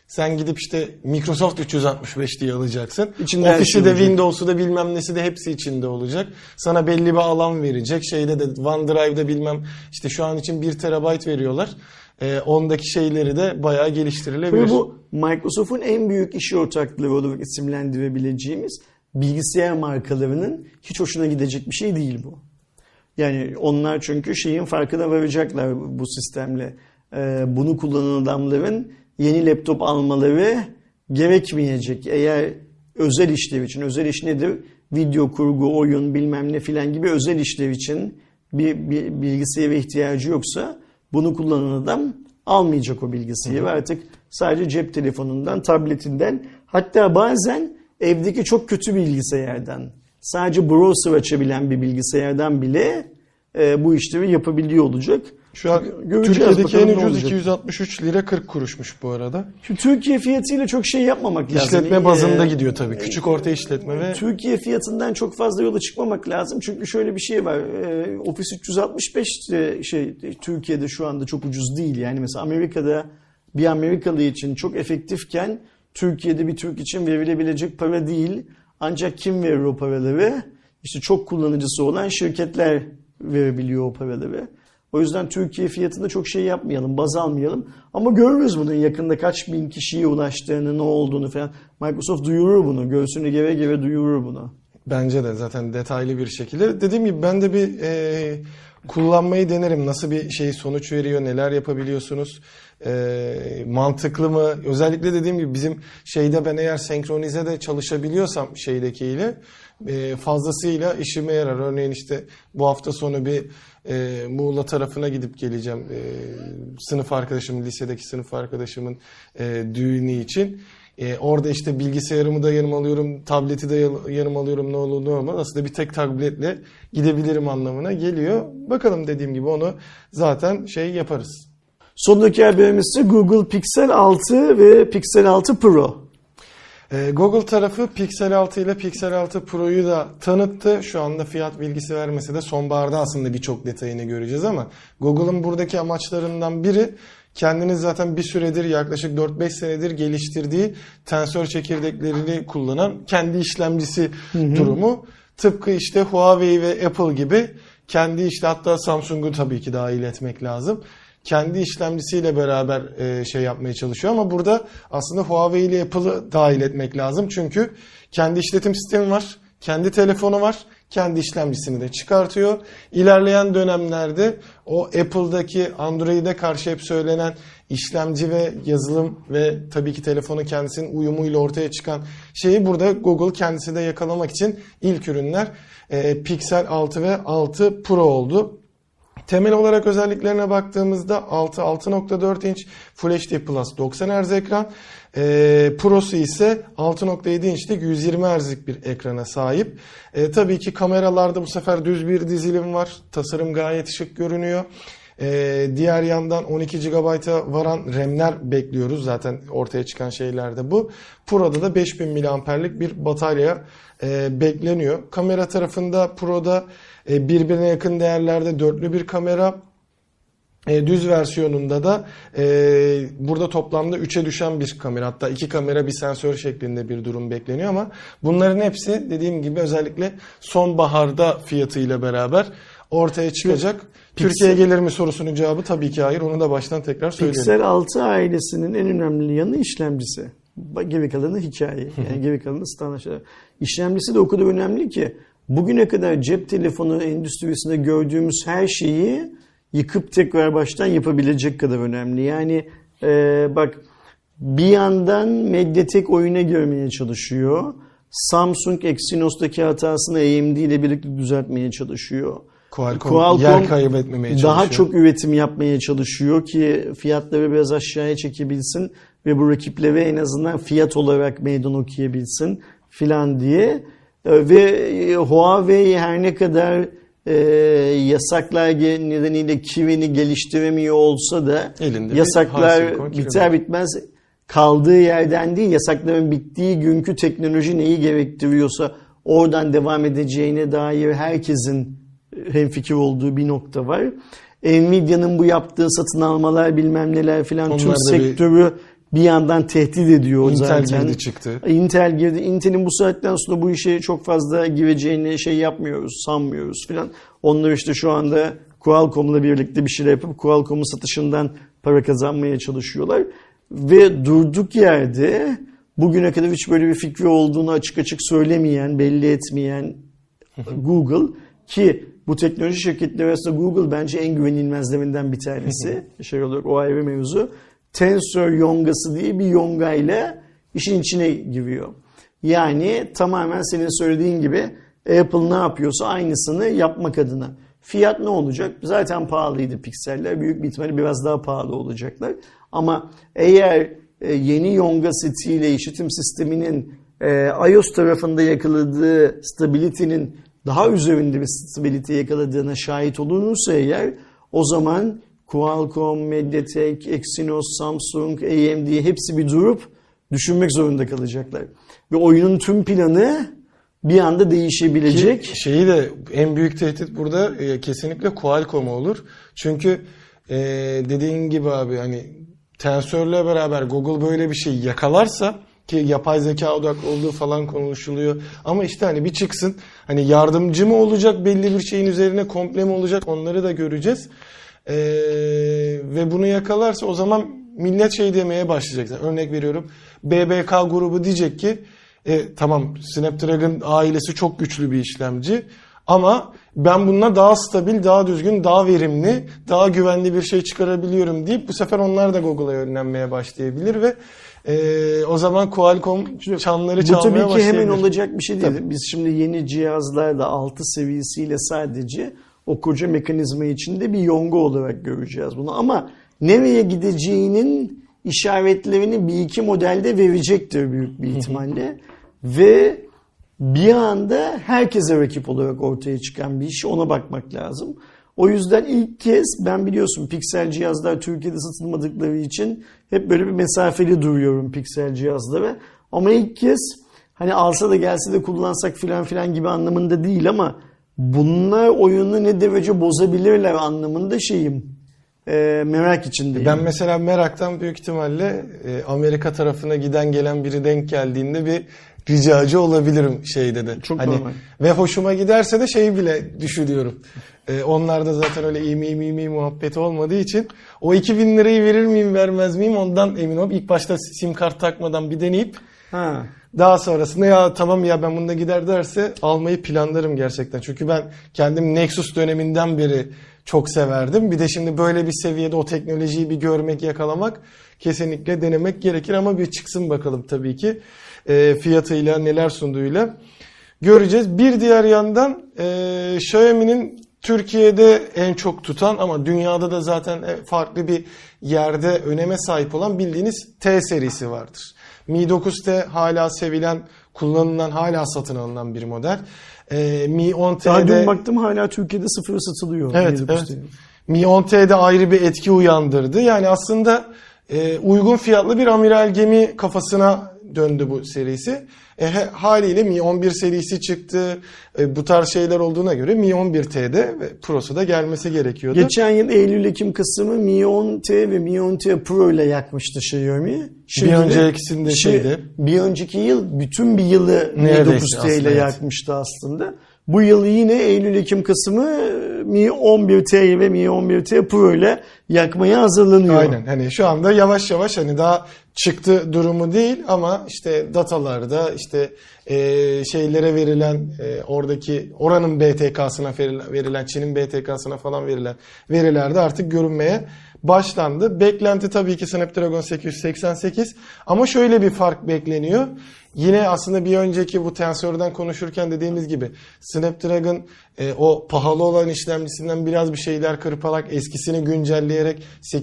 Sen gidip işte Microsoft 365 diye alacaksın. İçinde her Office'i şey de olacak. Windows'u da bilmem nesi de hepsi içinde olacak. Sana belli bir alan verecek. Şeyde de OneDrive'da bilmem işte şu an için 1 TB veriyorlar. Ondaki şeyleri de bayağı geliştirilebilir. Tabii bu Microsoft'un en büyük iş ortaklığı olarak isimlendirebileceğimiz bilgisayar markalarının hiç hoşuna gidecek bir şey değil bu. Yani onlar çünkü şeyin farkına varacaklar bu sistemle. Bunu kullanan adamların yeni laptop almaları gerekmeyecek. Eğer özel işler için, özel iş nedir? Video kurgu, oyun bilmem ne filan gibi özel işler için bir bilgisayara ihtiyacı yoksa bunu kullanan adam almayacak o bilgisayarı. Artık sadece cep telefonundan, tabletinden, hatta bazen evdeki çok kötü bilgisayardan, sadece browser açabilen bir bilgisayardan bile bu işlemi yapabiliyor olacak. Şu an Göreceğiz Türkiye'deki en bakalım ne ucuz olacak. 263 lira 40 kuruşmuş bu arada. Şu Türkiye fiyatıyla çok şey yapmamak lazım. İşletme bazında gidiyor tabii. Küçük orta işletme ve Türkiye fiyatından çok fazla yola çıkmamak lazım. Çünkü şöyle bir şey var. Office 365 Türkiye'de şu anda çok ucuz değil. Yani mesela Amerika'da bir Amerikalı için çok efektifken Türkiye'de bir Türk için verilebilecek para değil. Ancak kim verir o paraları? İşte çok kullanıcısı olan şirketler verebiliyor o paraları. O yüzden Türkiye fiyatında çok şey yapmayalım, baz almayalım. Ama görürüz bunun yakında kaç bin kişiye ulaştığını, ne olduğunu falan. Microsoft duyurur bunu, göğsünü geve geve duyurur bunu. bence de zaten detaylı bir şekilde. Dediğim gibi ben de bir kullanmayı denerim. Nasıl bir şey sonuç veriyor, neler yapabiliyorsunuz, mantıklı mı? Özellikle dediğim gibi bizim şeyde ben eğer senkronize de çalışabiliyorsam şeydekiyle fazlasıyla işime yarar. Örneğin işte bu hafta sonu bir Muğla tarafına gidip geleceğim. Sınıf arkadaşımın, lisedeki sınıf arkadaşımın düğünü için. Orada işte bilgisayarımı da yanıma alıyorum, tableti de yanıma alıyorum, ne olur ne olmaz. Aslında bir tek tabletle gidebilirim anlamına geliyor. Bakalım dediğim gibi onu zaten şey yaparız. Sondaki haberimiz ise Google Pixel 6 ve Pixel 6 Pro. Google tarafı Pixel 6 ile Pixel 6 Pro'yu da tanıttı. Şu anda fiyat bilgisi vermese de sonbaharda aslında birçok detayını göreceğiz ama Google'ın buradaki amaçlarından biri kendiniz zaten bir süredir yaklaşık 4-5 senedir geliştirdiği tensör çekirdeklerini kullanan kendi işlemcisi durumu. Tıpkı işte Huawei ve Apple gibi kendi işte hatta Samsung'u tabii ki dahil etmek lazım. Kendi işlemcisiyle beraber şey yapmaya çalışıyor ama burada aslında Huawei ile Apple'ı dahil etmek lazım. Çünkü kendi işletim sistemi var, kendi telefonu var, kendi işlemcisini de çıkartıyor. İlerleyen dönemlerde o Apple'daki Android'e karşı hep söylenen işlemci ve yazılım ve tabii ki telefonun kendisinin uyumuyla ortaya çıkan şeyi burada Google kendisi de yakalamak için ilk ürünler Pixel 6 ve 6 Pro oldu. Temel olarak özelliklerine baktığımızda 6.4 inç Full HD Plus 90 Hz ekran. Pro'su ise 6.7 inçlik 120 Hz'lik bir ekrana sahip. Tabii ki kameralarda bu sefer düz bir dizilim var. Tasarım gayet şık görünüyor. Diğer yandan 12 GB'a varan RAM'ler bekliyoruz. Zaten ortaya çıkan şeyler de bu. Pro'da da 5000 mAh'lik bir batarya bekleniyor. Kamera tarafında Pro'da birbirine yakın değerlerde dörtlü bir kamera. Düz versiyonunda da burada toplamda 3'e düşen bir kamera, hatta 2 kamera bir sensör şeklinde bir durum bekleniyor ama bunların hepsi dediğim gibi özellikle sonbaharda fiyatıyla beraber ortaya çıkacak. Türkiye'ye gelir mi sorusunun cevabı tabii ki hayır. Onu da baştan tekrar söyleyelim. Pixel 6 ailesinin en önemli yanı işlemcisi. Geri kalanı hikaye. Yani geri kalanı standart şeyler. İşlemcisi de o kadar önemli ki bugüne kadar cep telefonu endüstrisinde gördüğümüz her şeyi yıkıp tekrar baştan yapabilecek kadar önemli. Yani bak bir yandan Mediatek oyuna görmeye çalışıyor. Samsung Exynos'taki hatasını AMD ile birlikte düzeltmeye çalışıyor. Qualcomm yer kaybetmemeye çalışıyor. Daha çok üretim yapmaya çalışıyor ki fiyatları biraz aşağıya çekebilsin ve bu rakiplere en azından fiyat olarak meydan okuyabilsin filan diye. Ve Huawei her ne kadar yasaklar nedeniyle Kirin'i geliştiremiyor olsa da elinde yasaklar biter bitmez kaldığı yerden değil, yasakların bittiği günkü teknoloji neyi gerektiriyorsa oradan devam edeceğine dair herkesin hemfikir olduğu bir nokta var. Nvidia'nın bu yaptığı satın almalar bilmem neler filan tüm sektörü bir yandan tehdit ediyor Intel zaten. girdi çıktı. Intel girdi. Intel'in bu saatten sonra bu işe çok fazla gireceğini yapmıyoruz, sanmıyoruz filan. Onlar işte şu anda Qualcomm'la birlikte bir şeyler yapıp Qualcomm'un satışından para kazanmaya çalışıyorlar. Ve durduk yerde bugüne kadar hiç böyle bir fikri olduğunu açık açık söylemeyen, belli etmeyen Google, ki bu teknoloji şirketleri arasında Google bence en güvenilmezlerinden bir tanesi. Olarak o ayrı mevzu. Tensor yongası diye bir yongayla işin içine giriyor. Yani tamamen senin söylediğin gibi Apple ne yapıyorsa aynısını yapmak adına. Fiyat ne olacak? Zaten pahalıydı pikseller. Büyük bir ihtimalle biraz daha pahalı olacaklar. Ama eğer yeni yonga setiyle işletim sisteminin iOS tarafında yakaladığı stability'nin daha üzerinde bir stability yakaladığına şahit olunursa eğer, o zaman Qualcomm, MediaTek, Exynos, Samsung, AMD hepsi bir durup düşünmek zorunda kalacaklar. Ve oyunun tüm planı bir anda değişebilecek. Ki şeyi de en büyük tehdit burada kesinlikle Qualcomm olur. Çünkü dediğin gibi abi, hani tensörle beraber Google böyle bir şey yakalarsa, ki yapay zeka odaklı olduğu falan konuşuluyor. Ama işte hani bir çıksın, hani yardımcı mı olacak belli bir şeyin üzerine, komple mi olacak, onları da göreceğiz. Ve bunu yakalarsa o zaman millet şey demeye başlayacak. Örnek veriyorum, BBK grubu diyecek ki tamam, Snapdragon ailesi çok güçlü bir işlemci ama ben bununla daha stabil, daha düzgün, daha verimli, daha güvenli bir şey çıkarabiliyorum deyip bu sefer onlar da Google'a yönlenmeye başlayabilir ve o zaman Qualcomm çanları çalmaya başlayabilir. Bu tabii ki hemen olacak bir şey değil. Tabii. Biz şimdi yeni cihazlarda 6 seviyesiyle sadece o koca mekanizma içinde bir yonga olarak göreceğiz bunu. Ama nereye gideceğinin işaretlerini bir iki modelde verecektir büyük bir ihtimalle. Ve bir anda herkese rakip olarak ortaya çıkan bir iş, ona bakmak lazım. O yüzden ilk kez, ben biliyorsun Pixel cihazlar Türkiye'de satılmadıkları için hep böyle bir mesafeli duruyorum Pixel cihazlara. Ama ilk kez hani alsa da gelse de kullansak filan filan gibi anlamında değil, ama bunlar oyunu ne derece bozabilirler anlamında merak içindeyim. Ben mesela meraktan büyük ihtimalle Amerika tarafına giden gelen biri denk geldiğinde bir ricacı olabilirim şeyde de. Çok hani, normal. ve hoşuma giderse de şeyi bile düşünüyorum. Onlarda zaten öyle imi muhabbeti olmadığı için o 2000 lirayı verir miyim vermez miyim ondan emin olup ilk başta sim kart takmadan bir deneyip daha sonrasında ya tamam ya ben bunda gider derse almayı planlarım gerçekten. Çünkü ben kendim Nexus döneminden beri çok severdim. Bir de şimdi böyle bir seviyede o teknolojiyi bir görmek, yakalamak, kesinlikle denemek gerekir ama bir çıksın bakalım tabii ki. Fiyatıyla, neler sunduğuyla göreceğiz. Bir diğer yandan Xiaomi'nin Türkiye'de en çok tutan ama dünyada da zaten farklı bir yerde öneme sahip olan bildiğiniz T serisi vardır. Mi 9T hala sevilen, kullanılan, hala satın alınan bir model. Mi 10T'de... Daha dün baktım hala Türkiye'de sıfırı satılıyor. Evet, evet. Mi 10T'de ayrı bir etki uyandırdı. Yani aslında uygun fiyatlı bir amiral gemi kafasına döndü bu serisi. Haliyle Mi 11 serisi çıktı. Bu tarz şeyler olduğuna göre Mi 11T'de ve Pro'su da gelmesi gerekiyordu. Geçen yıl Eylül, Ekim, Kasım'ı Mi 10T ve Mi 10T Pro ile yakmıştı Xiaomi. Bir öncekisinde şeydi. Bir önceki yıl bütün bir yılı Mi 9T ile yakmıştı aslında. Bu yıl yine Eylül, Ekim, Kasım'ı Mi 11T ve Mi 11T Pro ile yakmaya hazırlanıyor. Aynen. Hani şu anda yavaş yavaş, hani daha çıktı durumu değil ama işte datalarda, işte şeylere verilen oranın BTK'sına verilen, Çin'in BTK'sına falan verilen verilerde artık görünmeye başlandı. Beklenti tabii ki Snapdragon 888 ama şöyle bir fark bekleniyor. Yine aslında bir önceki bu tensörden konuşurken dediğimiz gibi Snapdragon o pahalı olan işlemcisinden biraz bir şeyler kırparak eskisini güncelleyerek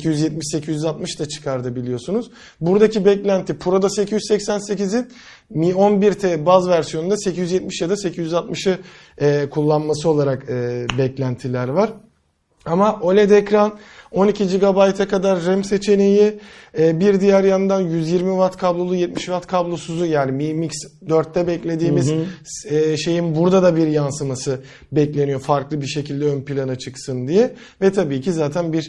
870-860 da çıkardı biliyorsunuz. Buradaki beklenti Pro'da 888'in Mi 11T baz versiyonunda 870 ya da 860'ı kullanması olarak beklentiler var. Ama OLED ekran, 12 GB'a kadar RAM seçeneği, bir diğer yandan 120 Watt kablolu, 70 Watt kablosuzu, yani Mi Mix 4'te beklediğimiz şeyin burada da bir yansıması bekleniyor. Farklı bir şekilde ön plana çıksın diye. Ve tabii ki zaten bir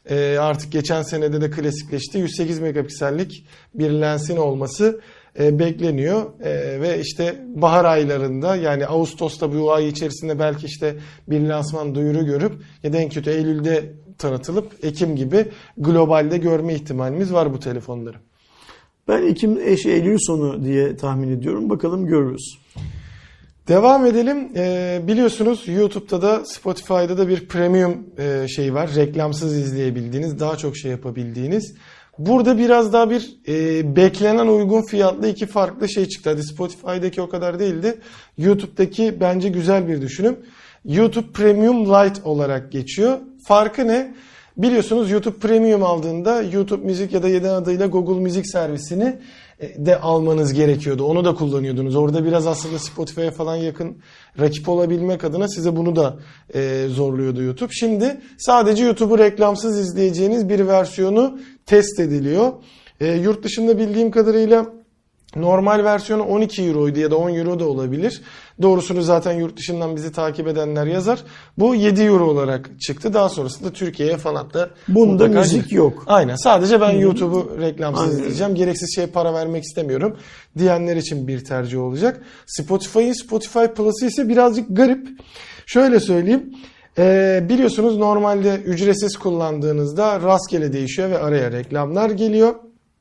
Artık geçen senede de klasikleşti. 108 megapiksellik bir lensin olması bekleniyor. Ve işte bahar aylarında, yani Ağustos'ta bu ay içerisinde belki işte bir lansman duyuru görüp ya da en kötü Eylül'de tanıtılıp Ekim gibi globalde görme ihtimalimiz var bu telefonları. Ben Eylül sonu diye tahmin ediyorum. Bakalım görürüz. Devam edelim. Biliyorsunuz YouTube'da da Spotify'da da bir premium şey var. Reklamsız izleyebildiğiniz, daha çok şey yapabildiğiniz. Burada biraz daha bir beklenen uygun fiyatlı iki farklı şey çıktı. Hadi Spotify'daki o kadar değildi. YouTube'daki bence güzel bir düşünüm. YouTube Premium Lite olarak geçiyor. Farkı ne? Biliyorsunuz YouTube Premium aldığında YouTube Müzik ya da yeni adıyla Google Müzik servisini de almanız gerekiyordu. Onu da kullanıyordunuz. Orada biraz aslında Spotify'a falan yakın rakip olabilmek adına size bunu da zorluyordu YouTube. Şimdi sadece YouTube'u reklamsız izleyeceğiniz bir versiyonu test ediliyor. Yurt dışında bildiğim kadarıyla normal versiyonu 12 euroydu ya da 10 euro da olabilir. Doğrusunu zaten yurt dışından bizi takip edenler yazar. Bu 7 euro olarak çıktı. Daha sonrasında Türkiye'ye falan da bunda müzik yok. Aynen. Sadece ben YouTube'u reklamsız izleyeceğim. Gereksiz şeye para vermek istemiyorum diyenler için bir tercih olacak. Spotify Plus'ı ise birazcık garip. Şöyle söyleyeyim. Biliyorsunuz normalde ücretsiz kullandığınızda rastgele değişiyor ve araya reklamlar geliyor.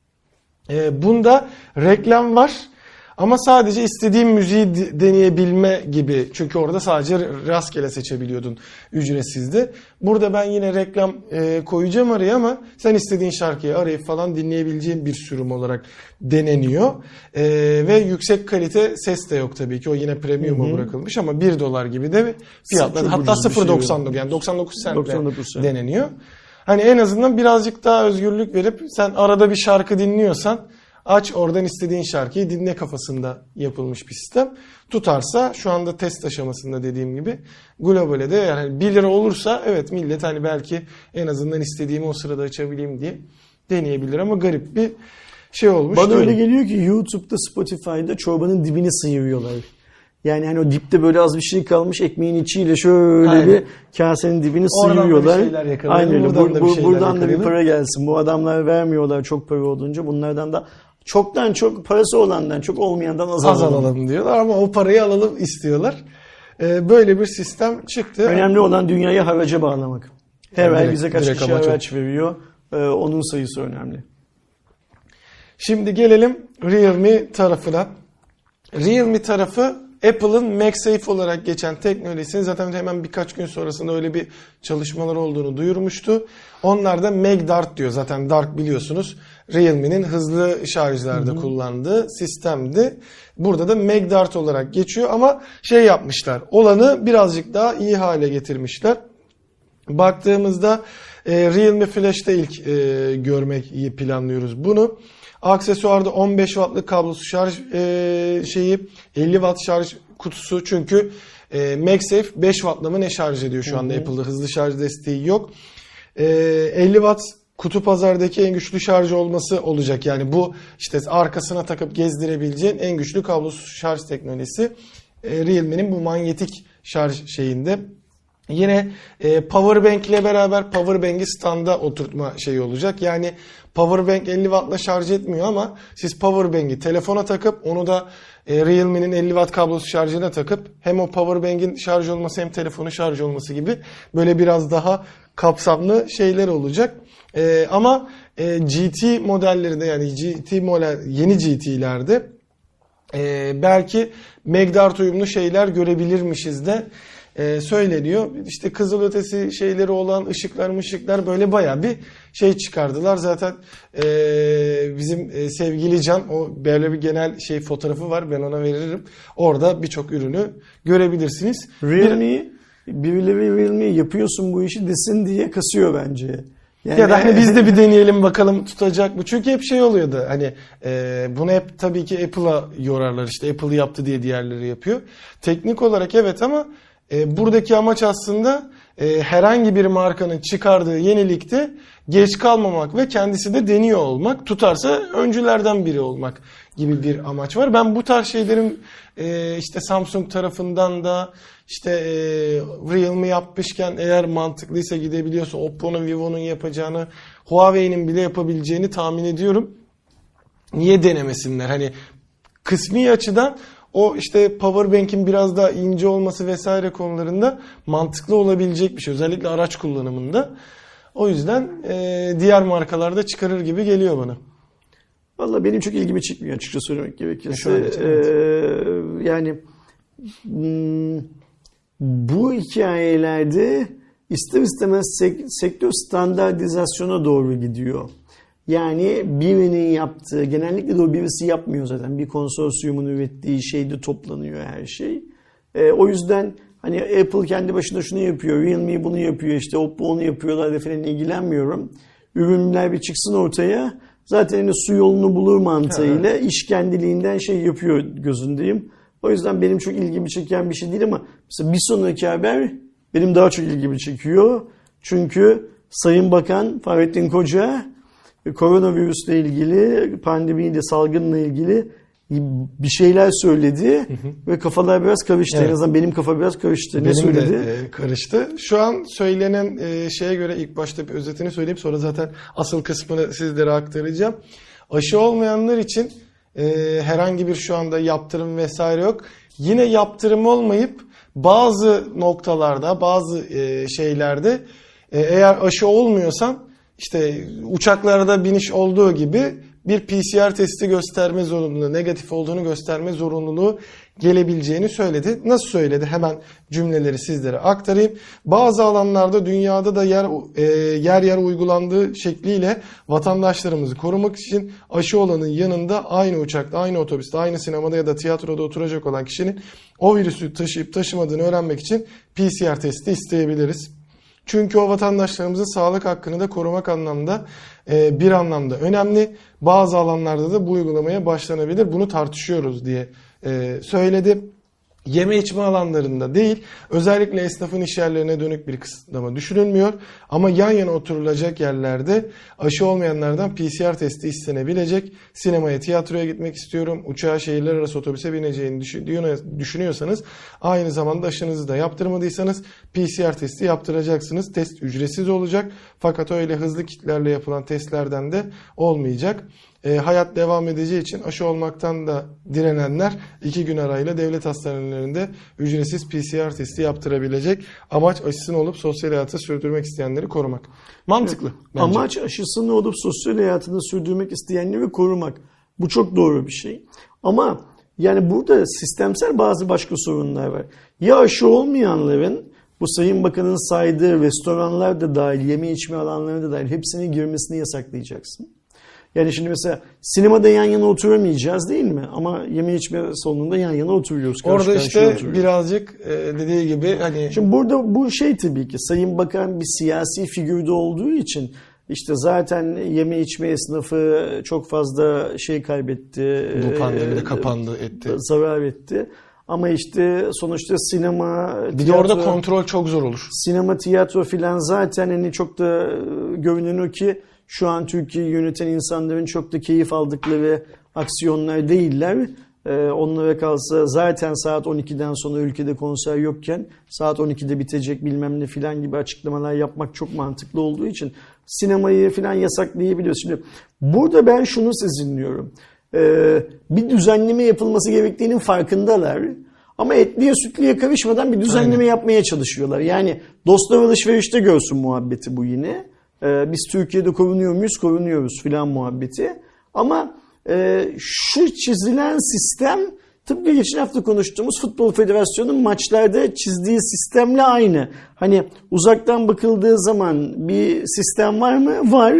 Bunda reklam var ama sadece istediğin müziği deneyebilme gibi. Çünkü orada sadece rastgele seçebiliyordun ücretsizdi. Burada ben yine reklam koyacağım araya ama sen istediğin şarkıyı arayıp falan dinleyebileceğin bir sürüm olarak deneniyor. Ve yüksek kalite ses de yok tabii ki. O yine premium'a bırakılmış ama $1 gibi de fiyatlar. Hatta 0.99 yani 99 cent'le deneniyor. Hani en azından birazcık daha özgürlük verip sen arada bir şarkı dinliyorsan aç oradan istediğin şarkıyı dinle kafasında yapılmış bir sistem. Tutarsa şu anda test aşamasında dediğim gibi globale de yani 1 lira olursa evet millet hani belki en azından istediğimi o sırada açabileyim diye deneyebilir ama garip bir şey olmuş. Bana öyle geliyor ki YouTube'da, Spotify'da çorbanın dibini sıyırıyorlar. Yani hani o dipte böyle az bir şey kalmış, ekmeğin içiyle şöyle bir kasenin dibini sıyırıyorlar. Aynen öyle. Buradan da bir para gelsin. Bu adamlar vermiyorlar çok para olduğunca. Bunlardan da çoktan çok parası olandan çok olmayandan az alalım diyorlar ama o parayı alalım istiyorlar. Böyle bir sistem çıktı. Önemli olan dünyayı haraca bağlamak. Her ay bize kaç kişi haraç veriyor. Onun sayısı önemli. Şimdi gelelim Realme tarafına. Realme tarafı Apple'ın MagSafe olarak geçen teknolojisini zaten hemen birkaç gün sonrasında öyle bir çalışmalar olduğunu duyurmuştu. Onlar da MagDart diyor. Zaten Dart biliyorsunuz Realme'nin hızlı şarjlarda kullandığı sistemdi. Burada da MagDart olarak geçiyor ama şey yapmışlar. Olanı birazcık daha iyi hale getirmişler. Baktığımızda Realme Flash'ta ilk görmeyi planlıyoruz bunu. Aksesuarda 15 wattlık kablosuz şarj 50 watt şarj kutusu çünkü MagSafe 5 wattla mı ne şarj ediyor şu anda Apple'da hızlı şarj desteği yok. 50 watt kutu pazardaki en güçlü şarj olması olacak. Yani bu işte arkasına takıp gezdirebileceğin en güçlü kablosuz şarj teknolojisi Realme'nin bu manyetik şarj şeyinde. Yine Powerbank ile beraber Powerbank'i standa oturtma şeyi olacak. Yani Powerbank 50 wattla şarj etmiyor ama siz Powerbank'i telefona takıp onu da Realme'nin 50 watt kablosuz şarjına takıp hem o Powerbank'in şarj olması hem telefonun şarj olması gibi böyle biraz daha kapsamlı şeyler olacak. Ama GT modellerinde yani yeni GT'lerde belki MagDart uyumlu şeyler görebilirmişiz de söyleniyor. İşte kızılötesi şeyleri olan ışıklar böyle bayağı bir şey çıkardılar. Zaten bizim sevgili Can o böyle bir genel şey fotoğrafı var. Ben ona veririm. Orada birçok ürünü görebilirsiniz. Birileri Realme yapıyorsun bu işi desin diye kasıyor bence. Yani ya da hani biz de bir deneyelim bakalım tutacak mı? Çünkü hep şey oluyordu. Hani bunu hep tabii ki Apple'a yorarlar. İşte Apple yaptı diye diğerleri yapıyor. Teknik olarak evet ama buradaki amaç aslında herhangi bir markanın çıkardığı yenilikte geç kalmamak ve kendisi de deniyor olmak, tutarsa öncülerden biri olmak gibi bir amaç var. Ben bu tarz şeylerin işte Samsung tarafından da işte Realme yapmışken eğer mantıklıysa gidebiliyorsa Oppo'nun, Vivo'nun yapacağını, Huawei'nin bile yapabileceğini tahmin ediyorum. Niye denemesinler? Hani kısmi açıdan o işte powerbank'in biraz daha ince olması vesaire konularında mantıklı olabilecek bir şey. Özellikle araç kullanımında. O yüzden diğer markalarda çıkarır gibi geliyor bana. Valla benim çok ilgimi çekmiyor açıkça söylemek gerekirse. Yani bu hikayelerde ister istemez sektör standartizasyona doğru gidiyor. Yani birinin yaptığı, genellikle de o birisi yapmıyor zaten. Bir konsorsiyumun ürettiği şeyde toplanıyor her şey. O yüzden hani Apple kendi başına şunu yapıyor, Realme bunu yapıyor, işte Oppo onu yapıyorlar da falan ilgilenmiyorum. Ürünler bir çıksın ortaya. Zaten hani su yolunu bulur mantığıyla iş kendiliğinden şey yapıyor gözündeyim. O yüzden benim çok ilgimi çeken bir şey değil ama mesela bir sonraki haber benim daha çok ilgimi çekiyor. Çünkü Sayın Bakan Fahrettin Koca koronavirüsle ilgili, pandemiyle, salgınla ilgili bir şeyler söyledi ve kafalar biraz karıştı. Evet. En azından benim kafa biraz karıştı. Ne benim söyledi? De, karıştı. Şu an söylenen şeye göre ilk başta bir özetini söyleyeyim, sonra zaten asıl kısmını sizlere aktaracağım. Aşı olmayanlar için herhangi bir şu anda yaptırım vesaire yok. Yine yaptırım olmayıp bazı noktalarda, bazı şeylerde eğer aşı olmuyorsan işte uçaklarda biniş olduğu gibi bir PCR testi gösterme zorunluluğu, negatif olduğunu gösterme zorunluluğu gelebileceğini söyledi. Nasıl söyledi? Hemen cümleleri sizlere aktarayım. Bazı alanlarda dünyada da yer yer uygulandığı şekliyle vatandaşlarımızı korumak için aşı olanın yanında aynı uçakta, aynı otobüste, aynı sinemada ya da tiyatroda oturacak olan kişinin o virüsü taşıyıp taşımadığını öğrenmek için PCR testi isteyebiliriz. Çünkü o vatandaşlarımızın sağlık hakkını da korumak anlamda bir anlamda önemli. Bazı alanlarda da bu uygulamaya başlanabilir. Bunu tartışıyoruz diye söyledi. Yeme içme alanlarında değil, özellikle esnafın iş yerlerine dönük bir kısıtlama düşünülmüyor. Ama yan yana oturulacak yerlerde aşı olmayanlardan PCR testi istenebilecek. Sinemaya, tiyatroya gitmek istiyorum, uçağa, şehirler arası otobüse bineceğini düşünüyorsanız, aynı zamanda aşınızı da yaptırmadıysanız PCR testi yaptıracaksınız. Test ücretsiz olacak, fakat öyle hızlı kitlerle yapılan testlerden de olmayacak. Hayat devam edeceği için aşı olmaktan da direnenler 2 gün arayla devlet hastanelerinde ücretsiz PCR testi yaptırabilecek. Amaç aşısını olup sosyal hayatı sürdürmek isteyenleri korumak. Mantıklı bence. Amaç aşısını olup sosyal hayatını sürdürmek isteyenleri korumak. Bu çok doğru bir şey. Ama yani burada sistemsel bazı başka sorunlar var. Ya aşı olmayanların bu Sayın Bakan'ın saydığı restoranlar da dahil, yeme içme alanları da dahil hepsine girmesini yasaklayacaksın. Yani şimdi mesela sinemada yan yana oturamayacağız değil mi? Ama yeme içme salonunda yan yana oturuyoruz. Orada işte birazcık dediği gibi hani... Şimdi burada bu şey tabii ki Sayın Bakan bir siyasi figürde olduğu için işte zaten yeme içme esnafı çok fazla şey kaybetti. Bu pandemide kapandı etti. Zarar etti. Ama işte sonuçta sinema, bir tiyatro, de orada kontrol çok zor olur. Sinema, tiyatro filan zaten hani çok da görünür ki şu an Türkiye'yi yöneten insanların çok da keyif aldıkları aksiyonlar değiller. Onlara kalsa zaten saat 12'den sonra ülkede konser yokken saat 12'de bitecek bilmem ne filan gibi açıklamalar yapmak çok mantıklı olduğu için sinemayı filan yasaklayabiliyoruz. Şimdi burada ben şunu sezinliyorum. Bir düzenleme yapılması gerektiğinin farkındalar. Ama etliye sütlüye karışmadan bir düzenleme yapmaya çalışıyorlar. Yani dostlar alışverişte görsün muhabbeti bu yine. Biz Türkiye'de korunuyor muyuz? Korunuyoruz filan muhabbeti. Ama şu çizilen sistem tıpkı geçen hafta konuştuğumuz Futbol Federasyonu'nun maçlarda çizdiği sistemle aynı. Hani uzaktan bakıldığı zaman bir sistem var mı? Var.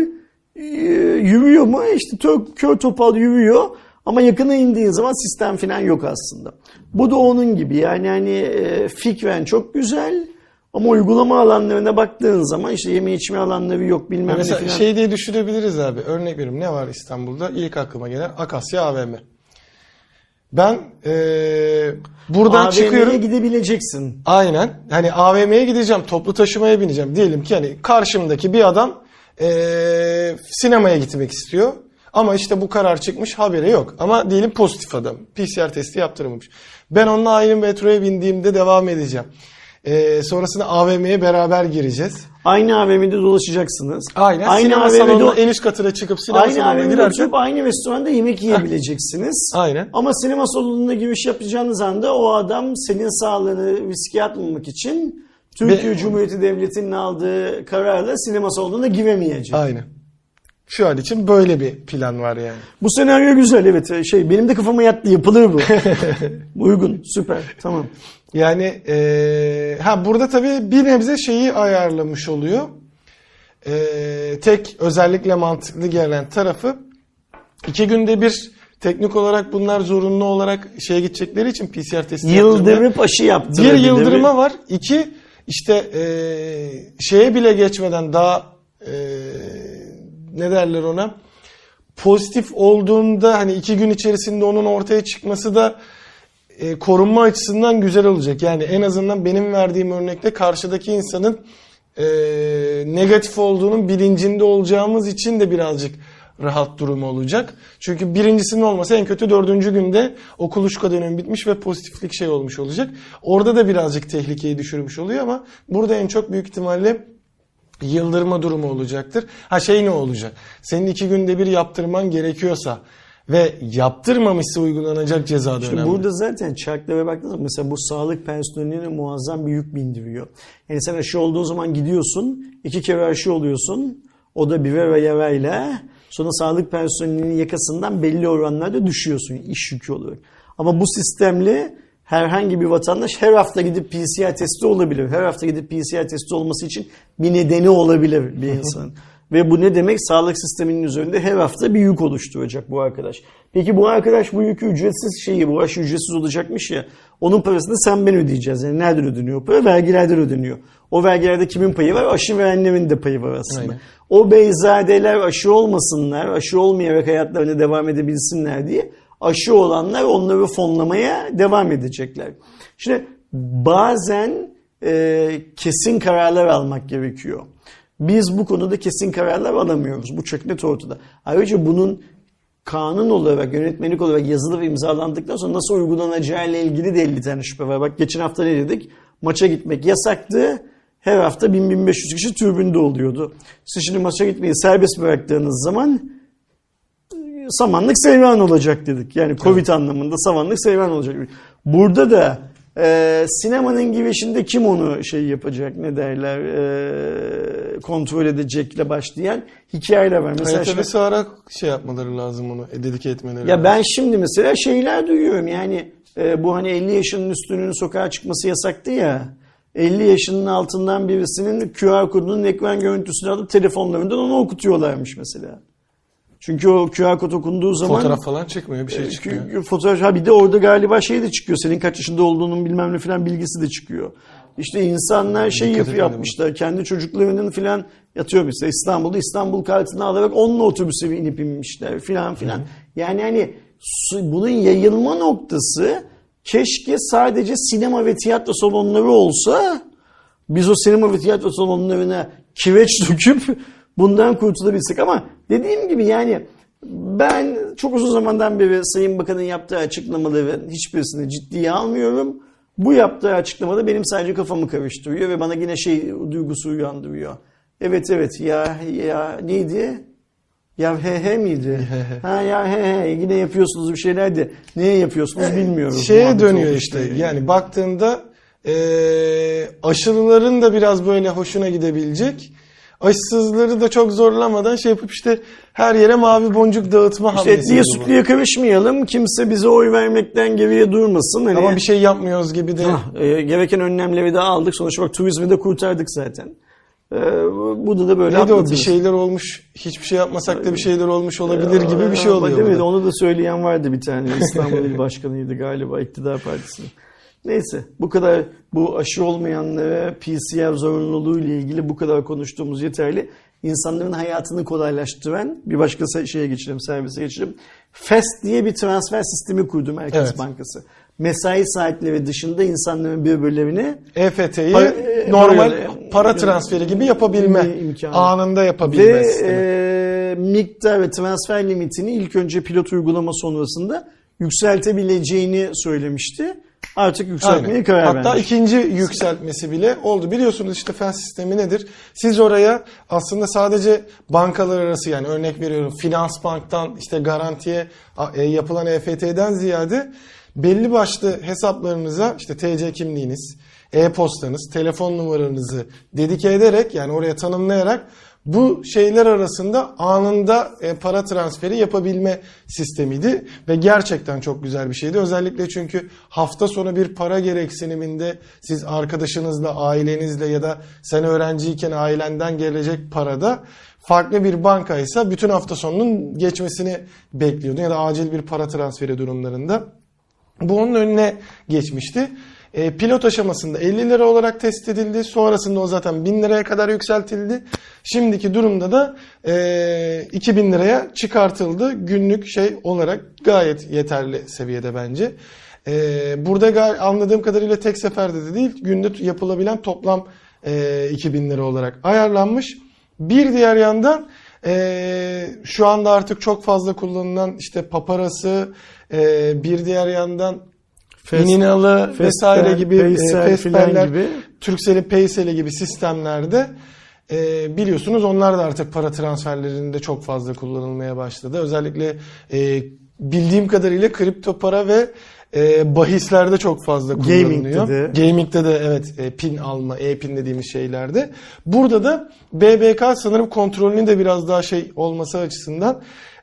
Yürüyor mu? İşte kör topal yürüyor. Ama yakına indiğin zaman sistem falan yok aslında. Bu da onun gibi. Yani hani fikren çok güzel. Ama uygulama alanlarına baktığın zaman işte yeme içme alanları yok bilmem mesela ne falan. Şey diye düşünebiliriz abi. Örnek veriyorum, ne var İstanbul'da? İlk aklıma gelen Akasya AVM. Ben buradan AVM'ye çıkıyorum. AVM'ye gidebileceksin. Aynen. Hani AVM'ye gideceğim, toplu taşımaya bineceğim. Diyelim ki hani karşımdaki bir adam sinemaya gitmek istiyor. Ama işte bu karar çıkmış, haberi yok. Ama diyelim pozitif adam. PCR testi yaptırmamış. Ben onunla aynı metroya bindiğimde devam edeceğim. Sonrasında AVM'ye beraber gireceğiz. Aynı AVM'de dolaşacaksınız. Aynen. Aynı Sinema AVM'de salonuna en üst katına çıkıp sinema aynı salonuna AVM'de girerken. oturup aynı restoranda yemek yiyebileceksiniz. Aynen. Ama sinema salonuna giriş yapacağınız anda o adam senin sağlığını riske atmamak için Türkiye Cumhuriyeti Devleti'nin aldığı kararla sinema salonuna giremeyecek. Aynen. Şu an için böyle bir plan var yani. Bu senaryo güzel, evet. Benim de kafama yattı, yapılır bu. Uygun, süper, tamam. Yani burada tabii bir nebze şeyi ayarlamış oluyor. Tek özellikle mantıklı gelen tarafı 2 günde bir teknik olarak bunlar zorunlu olarak şeye gidecekleri için PCR testi Yıldırıp aşı yaptırabilir. Bir yıldırıma var. 2 işte şeye bile geçmeden daha ne derler ona, pozitif olduğunda hani 2 gün içerisinde onun ortaya çıkması da korunma açısından güzel olacak. Yani en azından benim verdiğim örnekte karşıdaki insanın negatif olduğunun bilincinde olacağımız için de birazcık rahat durumu olacak. Çünkü birincisinin olmasa en kötü 4. günde o kuluçka dönemi bitmiş ve pozitiflik şey olmuş olacak. Orada da birazcık tehlikeyi düşürmüş oluyor ama burada en çok büyük ihtimalle yıldırma durumu olacaktır. Ne olacak? Senin 2 günde bir yaptırman gerekiyorsa ve yaptırmamışsa uygulanacak ceza da önemli. Burada zaten çarklara baktığınızda mesela bu sağlık personeline muazzam bir yük bindiriyor. Yani sen aşı olduğun zaman gidiyorsun, 2 kere aşı oluyorsun, o da birer ayarayla, sonra sağlık personelinin yakasından belli oranlarda düşüyorsun iş yükü olarak. Ama bu sistemle herhangi bir vatandaş her hafta gidip PCR testi olabilir. Her hafta gidip PCR testi olması için bir nedeni olabilir bir insanın. Ve bu ne demek? Sağlık sisteminin üzerinde her hafta bir yük oluşturacak bu arkadaş. Peki bu arkadaş bu yükü ücretsiz bu aşı ücretsiz olacakmış ya. Onun parasını sen ben ödeyeceğiz. Yani nereden ödeniyor o para? Vergilerden ödeniyor. O vergilerde kimin payı var? Aşı verenlerin de payı var aslında. Aynen. O beyzadeler aşı olmasınlar, aşı olmayarak hayatlarına devam edebilsinler diye aşı olanlar onları fonlamaya devam edecekler. Şimdi bazen kesin kararlar almak gerekiyor. Biz bu konuda kesin kararlar alamıyoruz. Bu çok net ortada. Ayrıca bunun kanun olarak, yönetmelik olarak yazılı ve imzalandıktan sonra nasıl uygulanacağı ile ilgili de 50 tane şüphe var. Bak geçen hafta ne dedik? Maça gitmek yasaktı. Her hafta 1000-1500 kişi tribünde oluyordu. Siz şimdi maça gitmeyi serbest bıraktığınız zaman samanlık seyran olacak dedik. Yani Covid anlamında samanlık seyran olacak. Burada da sinemanın girişinde kim onu yapacak, ne derler, kontrol edecekle başlayan hikayeler var. Mesela tabii ara yapmaları lazım onu, dedike etmeleri ya lazım. Ben şimdi mesela şeyler duyuyorum yani bu 50 yaşının üstünün sokağa çıkması yasaktı ya. 50 yaşının altından birisinin QR kodunun ekran görüntüsünü alıp telefonlarından onu okutuyorlarmış mesela. Çünkü o QR kod okunduğu zaman fotoğraf falan çıkmıyor, bir şey çıkıyor. Fotoğraf, bir de orada galiba de çıkıyor. Senin kaç yaşında olduğunun bilmem ne filan bilgisi de çıkıyor. İşte insanlar yapmışlar. Kendi çocuklarının filan yatıyor mesela İstanbul'da İstanbul kartını alarak onunla otobüse inip inmişler filan filan. Yani bunun yayılma noktası keşke sadece sinema ve tiyatro salonları olsa, biz o sinema ve tiyatro salonlarına kireç döküp bundan kurtulabilsek. Ama dediğim gibi yani ben çok uzun zamandan beri Sayın Bakan'ın yaptığı açıklamaların hiçbirisini ciddiye almıyorum. Bu yaptığı açıklamada benim sadece kafamı karıştırıyor ve bana yine duygusu uyandırıyor. Evet ya neydi? Ya he miydi? Ya he yine yapıyorsunuz bir şeyler de neye yapıyorsunuz bilmiyoruz. Dönüyor işte yani baktığında aşılıların da biraz böyle hoşuna gidebilecek. Aşısızları da çok zorlamadan yapıp her yere mavi boncuk dağıtma hamlesi. Etliye sütlüye karışmayalım. Kimse bize oy vermekten geriye durmasın. Ama bir şey yapmıyoruz gibi de. Gereken önlemleri de aldık. Sonuçta bak turizmi de kurtardık zaten. Bu da böyle atlatırız. Bir şeyler olmuş, hiçbir şey yapmasak da bir şeyler olmuş olabilir gibi bir şey oluyor. Değil mi? Onu da söyleyen vardı bir tane. İstanbul İl Başkanı'ydı galiba, İktidar Partisi'nin. Neyse bu kadar, bu aşı olmayanlara PCR zorunluluğu ile ilgili bu kadar konuştuğumuz yeterli. insanların hayatını kolaylaştıran bir başka şeye geçelim, servise geçelim. FAST diye bir transfer sistemi kurdu Merkez Bankası. Mesai saatleri dışında insanların birbirlerine EFT'yi normal para transferi gibi yapabilme imkanı. Anında yapabilme ve miktar ve transfer limitini ilk önce pilot uygulama sonrasında yükseltebileceğini söylemişti. Artık yükseltmeye karar vermiş. Hatta ikinci yükseltmesi bile oldu. Biliyorsunuz işte FAST sistemi nedir? Siz oraya aslında sadece bankalar arası, yani örnek veriyorum Finansbank'tan işte Garanti'ye yapılan EFT'den ziyade belli başlı hesaplarınıza işte TC kimliğiniz, e-postanız, telefon numaranızı dedike ederek, yani oraya tanımlayarak bu şeyler arasında anında para transferi yapabilme sistemiydi ve gerçekten çok güzel bir şeydi. Özellikle çünkü hafta sonu bir para gereksiniminde siz arkadaşınızla, ailenizle ya da sen öğrenciyken ailenden gelecek parada farklı bir bankaysa bütün hafta sonunun geçmesini bekliyordun ya da acil bir para transferi durumlarında. Bu onun önüne geçmişti. Pilot aşamasında 50 lira olarak test edildi. Sonrasında o zaten 1000 liraya kadar yükseltildi. Şimdiki durumda da 2000 liraya çıkartıldı. Günlük şey olarak gayet yeterli seviyede bence. Burada anladığım kadarıyla tek seferde de değil, günde yapılabilen toplam 2000 lira olarak ayarlanmış. Bir diğer yandan şu anda artık çok fazla kullanılan işte paparası, bir diğer yandan İninalı vesaire gibi, Festperler, Turkcell'in Paysel'i gibi sistemlerde biliyorsunuz onlar da artık para transferlerinde çok fazla kullanılmaya başladı. Özellikle bildiğim kadarıyla kripto para ve bahislerde çok fazla kullanılıyor. Gaming'de de evet, pin alma, e-pin dediğimiz şeylerde. Burada da BBK sanırım kontrolünün de biraz daha şey olması açısından,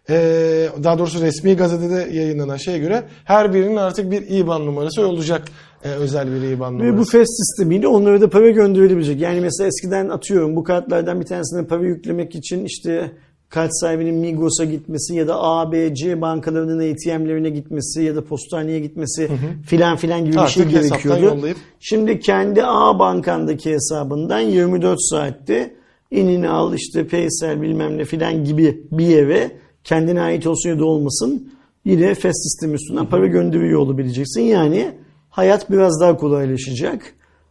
daha doğrusu resmi gazetede yayınlanan şeye göre her birinin artık bir IBAN numarası olacak. Özel bir IBAN numarası. Ve bu FAST sistemiyle onlara da para gönderilebilecek. Yani mesela eskiden atıyorum bu kartlardan bir tanesine para yüklemek için işte kart sahibinin Migros'a gitmesi ya da A, B, C bankalarının ATM'lerine gitmesi ya da postaneye gitmesi filan filan gibi artık bir şey gerekiyordu. Şimdi kendi A bankandaki hesabından 24 saatte inini al işte Paysel bilmem ne filan gibi bir yere kendine ait olsun ya da olmasın yine FAST sistemi üstünden para gönderiyor olabileceksin. Yani hayat biraz daha kolaylaşacak.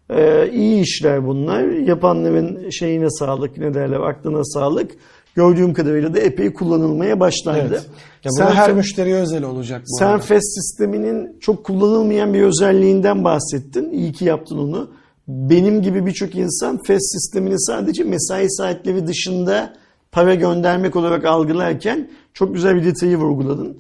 İyi işler bunlar. Yapanların şeyine sağlık, ne derler, aklına sağlık. Gördüğüm kadarıyla da epey kullanılmaya başlandı. Evet. Ya bu her müşteriye özel olacak bu arada. Sen FAST sisteminin çok kullanılmayan bir özelliğinden bahsettin. İyi ki yaptın onu. Benim gibi birçok insan FAST sistemini sadece mesai saatleri dışında para göndermek olarak algılarken çok güzel bir detayı vurguladın.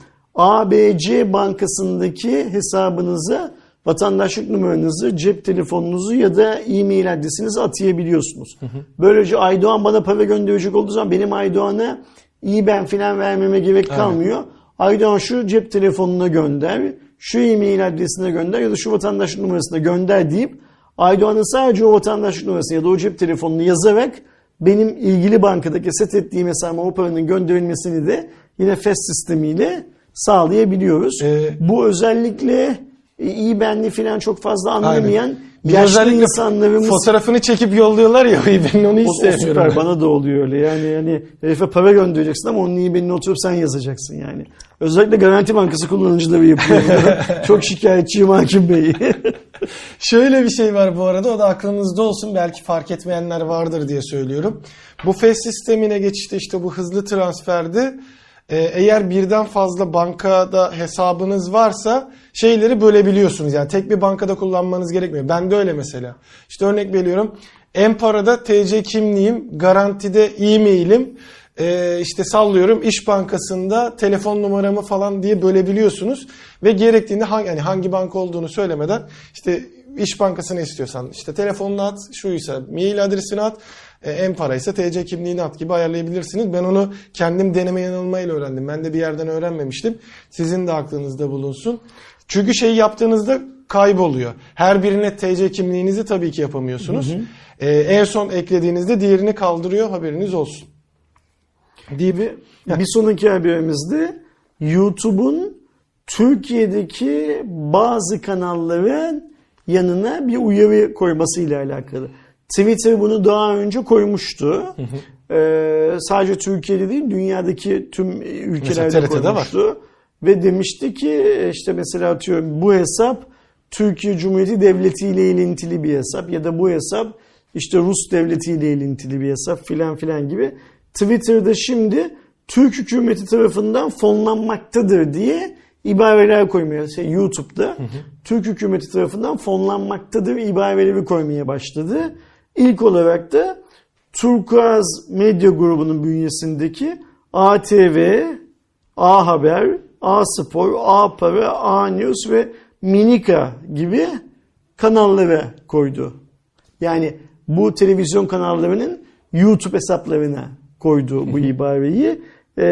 ABC bankasındaki hesabınıza vatandaşlık numaranızı, cep telefonunuzu ya da e-mail adresinizi atayabiliyorsunuz. Böylece Aydoğan bana para gönderecek olduğu zaman benim Aydoğan'a IBAN falan vermeme gerek kalmıyor. Aydoğan şu cep telefonuna gönder, şu e-mail adresine gönder ya da şu vatandaşlık numarasına gönder deyip Aydoğan'ın sadece o vatandaşlık numarasını ya da o cep telefonunu yazarak benim ilgili bankadaki set ettiğim hesabıma o paranın gönderilmesini de yine FAST sistemiyle sağlayabiliyoruz. Bu özellikle IBAN'li falan çok fazla anlamayan yaşlı insanlarımız... Fotoğrafını çekip yolluyorlar ya IBAN'ini, onu hiç sevmiyorum. Süper, bana da oluyor öyle. Yani herife para göndereceksin ama onun IBAN'ini oturup sen yazacaksın yani. Özellikle Garanti Bankası kullanıcıları yapıyor. Çok şikayetçiyim Hakim Bey. Şöyle bir şey var bu arada, o da aklınızda olsun, belki fark etmeyenler vardır diye söylüyorum. Bu FAST sistemine geçişte işte bu hızlı transferde eğer birden fazla bankada hesabınız varsa şeyleri bölebiliyorsunuz. Yani tek bir bankada kullanmanız gerekmiyor. Ben de öyle mesela. İşte örnek veriyorum. M-Para'da TC kimliğim, Garanti'de e-mailim, işte sallıyorum İş Bankası'nda telefon numaramı falan diye bölebiliyorsunuz. Ve gerektiğinde hangi banka olduğunu söylemeden işte İş Bankası'nı istiyorsan işte telefonunu at, şuysa mail adresini at, M-Para ise TC kimliğini at gibi ayarlayabilirsiniz. Ben onu kendim deneme yanılmayla öğrendim. Ben de bir yerden öğrenmemiştim. Sizin de aklınızda bulunsun. Çünkü şeyi yaptığınızda kayboluyor. Her birine TC kimliğinizi tabii ki yapamıyorsunuz. En son eklediğinizde diğerini kaldırıyor, haberiniz olsun. Bir sonraki haberimizde YouTube'un Türkiye'deki bazı kanalların yanına bir uyarı koyması ile alakalı. Twitter bunu daha önce koymuştu. sadece Türkiye'de değil dünyadaki tüm ülkelerde Mesela TRT'de koymuştu. Ve demişti ki işte mesela atıyorum bu hesap Türkiye Cumhuriyeti Devleti ile ilintili bir hesap ya da bu hesap işte Rus Devleti ile ilintili bir hesap filan filan gibi. Twitter'da şimdi Türk hükümeti tarafından fonlanmaktadır diye ibareler koymaya, YouTube'da Türk hükümeti tarafından fonlanmaktadır ibareleri koymaya başladı. İlk olarak da Turkuaz Medya Grubu'nun bünyesindeki ATV, A Haber, A Spor, A Para, A News ve Minika gibi kanallara koydu. Yani bu televizyon kanallarının YouTube hesaplarına koydu bu ibareyi.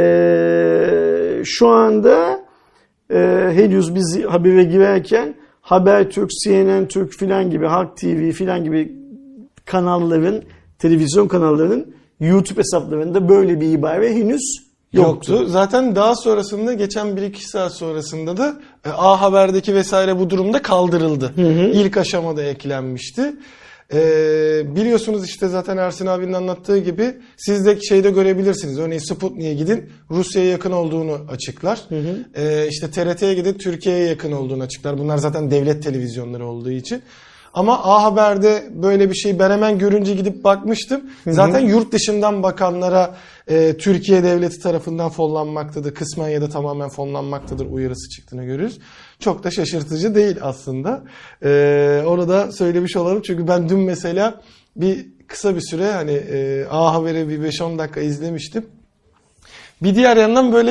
Şu anda henüz biz habere girerken Habertürk, CNN Türk filan gibi, Halk TV filan gibi kanalların, televizyon kanallarının YouTube hesaplarında böyle bir ibare henüz yoktu. Zaten daha sonrasında geçen 1-2 saat sonrasında da A Haber'deki vesaire bu durumda kaldırıldı. İlk aşamada eklenmişti. Biliyorsunuz işte zaten Ersin abinin anlattığı gibi siz de şeyde görebilirsiniz. Örneğin Sputnik'e gidin Rusya'ya yakın olduğunu açıklar. İşte TRT'ye gidin Türkiye'ye yakın olduğunu açıklar. Bunlar zaten devlet televizyonları olduğu için. Ama A Haber'de böyle bir şey ben hemen görünce gidip bakmıştım. Zaten yurt dışından bakanlara Türkiye devleti tarafından fonlanmaktadır. Kısmen ya da tamamen fonlanmaktadır uyarısı çıktığını görürüz. Çok da şaşırtıcı değil aslında. Onu da söylemiş olalım. Çünkü ben dün mesela kısa bir süre hani A Haber'i bir 5-10 dakika izlemiştim. Bir diğer yandan böyle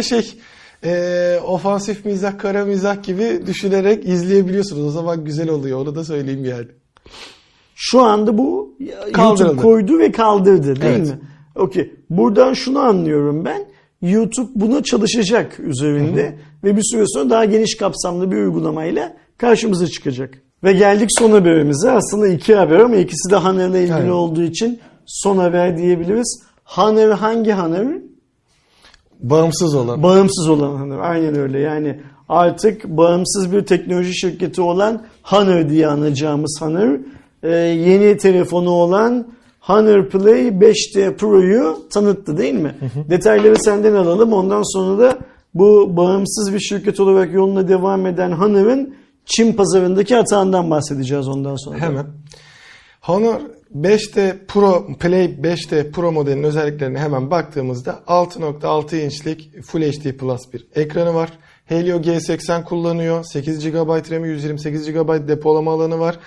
ofansif mizah, kara mizah gibi düşünerek izleyebiliyorsunuz. O zaman güzel oluyor. Onu da söyleyeyim yani. Şu anda bu Kaldırıldı. YouTube koydu ve kaldırdı değil Evet. mi? Okey. Buradan şunu anlıyorum ben. YouTube buna çalışacak üzerinde ve bir süre sonra daha geniş kapsamlı bir uygulamayla karşımıza çıkacak. Ve geldik son haberimize. Aslında 2 haber ama ikisi de Haner'la ilgili olduğu için son haber diyebiliriz. Haner hangi Haner? Bağımsız olan. Bağımsız olan Haner. Aynen öyle. Yani artık bağımsız bir teknoloji şirketi olan Haner diye anacağımız Haner. Yeni telefonu olan Honor Play 5T Pro'yu tanıttı değil mi? Detayları senden alalım. Ondan sonra da bu bağımsız bir şirket olarak yoluna devam eden Honor'ın Çin pazarındaki hatağından bahsedeceğiz ondan sonra. Hemen. Honor 5T Pro Play 5T Pro modelinin özelliklerine hemen baktığımızda 6.6 inçlik Full HD Plus bir ekranı var. Helio G80 kullanıyor. 8 GB RAM'i, 128 GB depolama alanı var.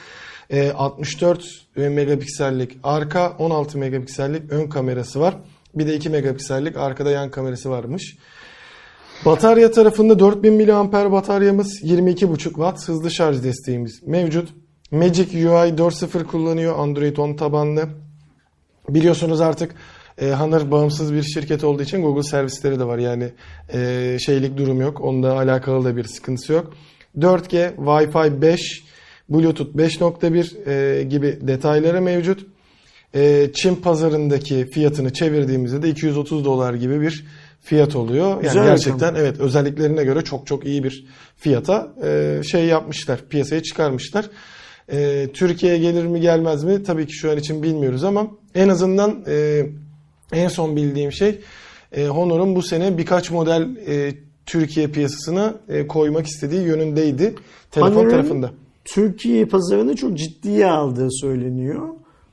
64 megapiksellik arka, 16 megapiksellik ön kamerası var. Bir de 2 megapiksellik arkada yan kamerası varmış. Batarya tarafında 4000 mAh bataryamız, 22.5 Watt hızlı şarj desteğimiz mevcut. Magic UI 4.0 kullanıyor, Android 10 tabanlı. Biliyorsunuz artık Honor bağımsız bir şirket olduğu için Google servisleri de var. Yani şeylik durum yok. Onunla alakalı da bir sıkıntısı yok. 4G, Wi-Fi 5, Bluetooth 5.1 gibi detayları mevcut. Çin pazarındaki fiyatını çevirdiğimizde de $230 gibi bir fiyat oluyor. Yani güzel gerçekten evet özelliklerine göre çok çok iyi bir fiyata yapmışlar, piyasaya çıkarmışlar. Türkiye'ye gelir mi gelmez mi tabii ki şu an için bilmiyoruz ama en azından en son bildiğim şey Honor'un bu sene birkaç model Türkiye piyasasına koymak istediği yönündeydi telefon Honor'un tarafında. Türkiye pazarını çok ciddiye aldığı söyleniyor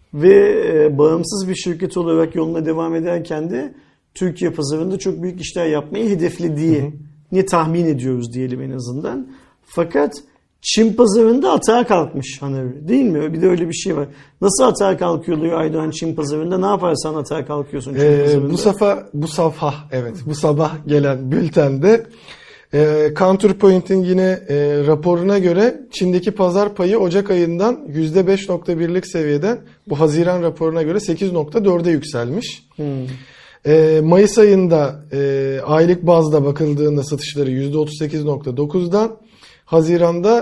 ve bağımsız bir şirket olarak yoluna devam ederken de Türkiye pazarında çok büyük işler yapmayı hedeflediği ne tahmin ediyoruz diyelim en azından. Fakat Çin pazarında atağa kalkmış Honor değil mi? Bir de öyle bir şey var. Nasıl atağa kalkıyor Aydoğan Çin pazarında? Ne yaparsan atağa kalkıyorsun Çin pazarında? Bu sabah gelen bültende Counterpoint'in yine raporuna göre Çin'deki pazar payı Ocak ayından %5.1'lik seviyeden bu Haziran raporuna göre 8.4'e yükselmiş. Mayıs ayında aylık bazda bakıldığında satışları %38.9'dan Haziran'da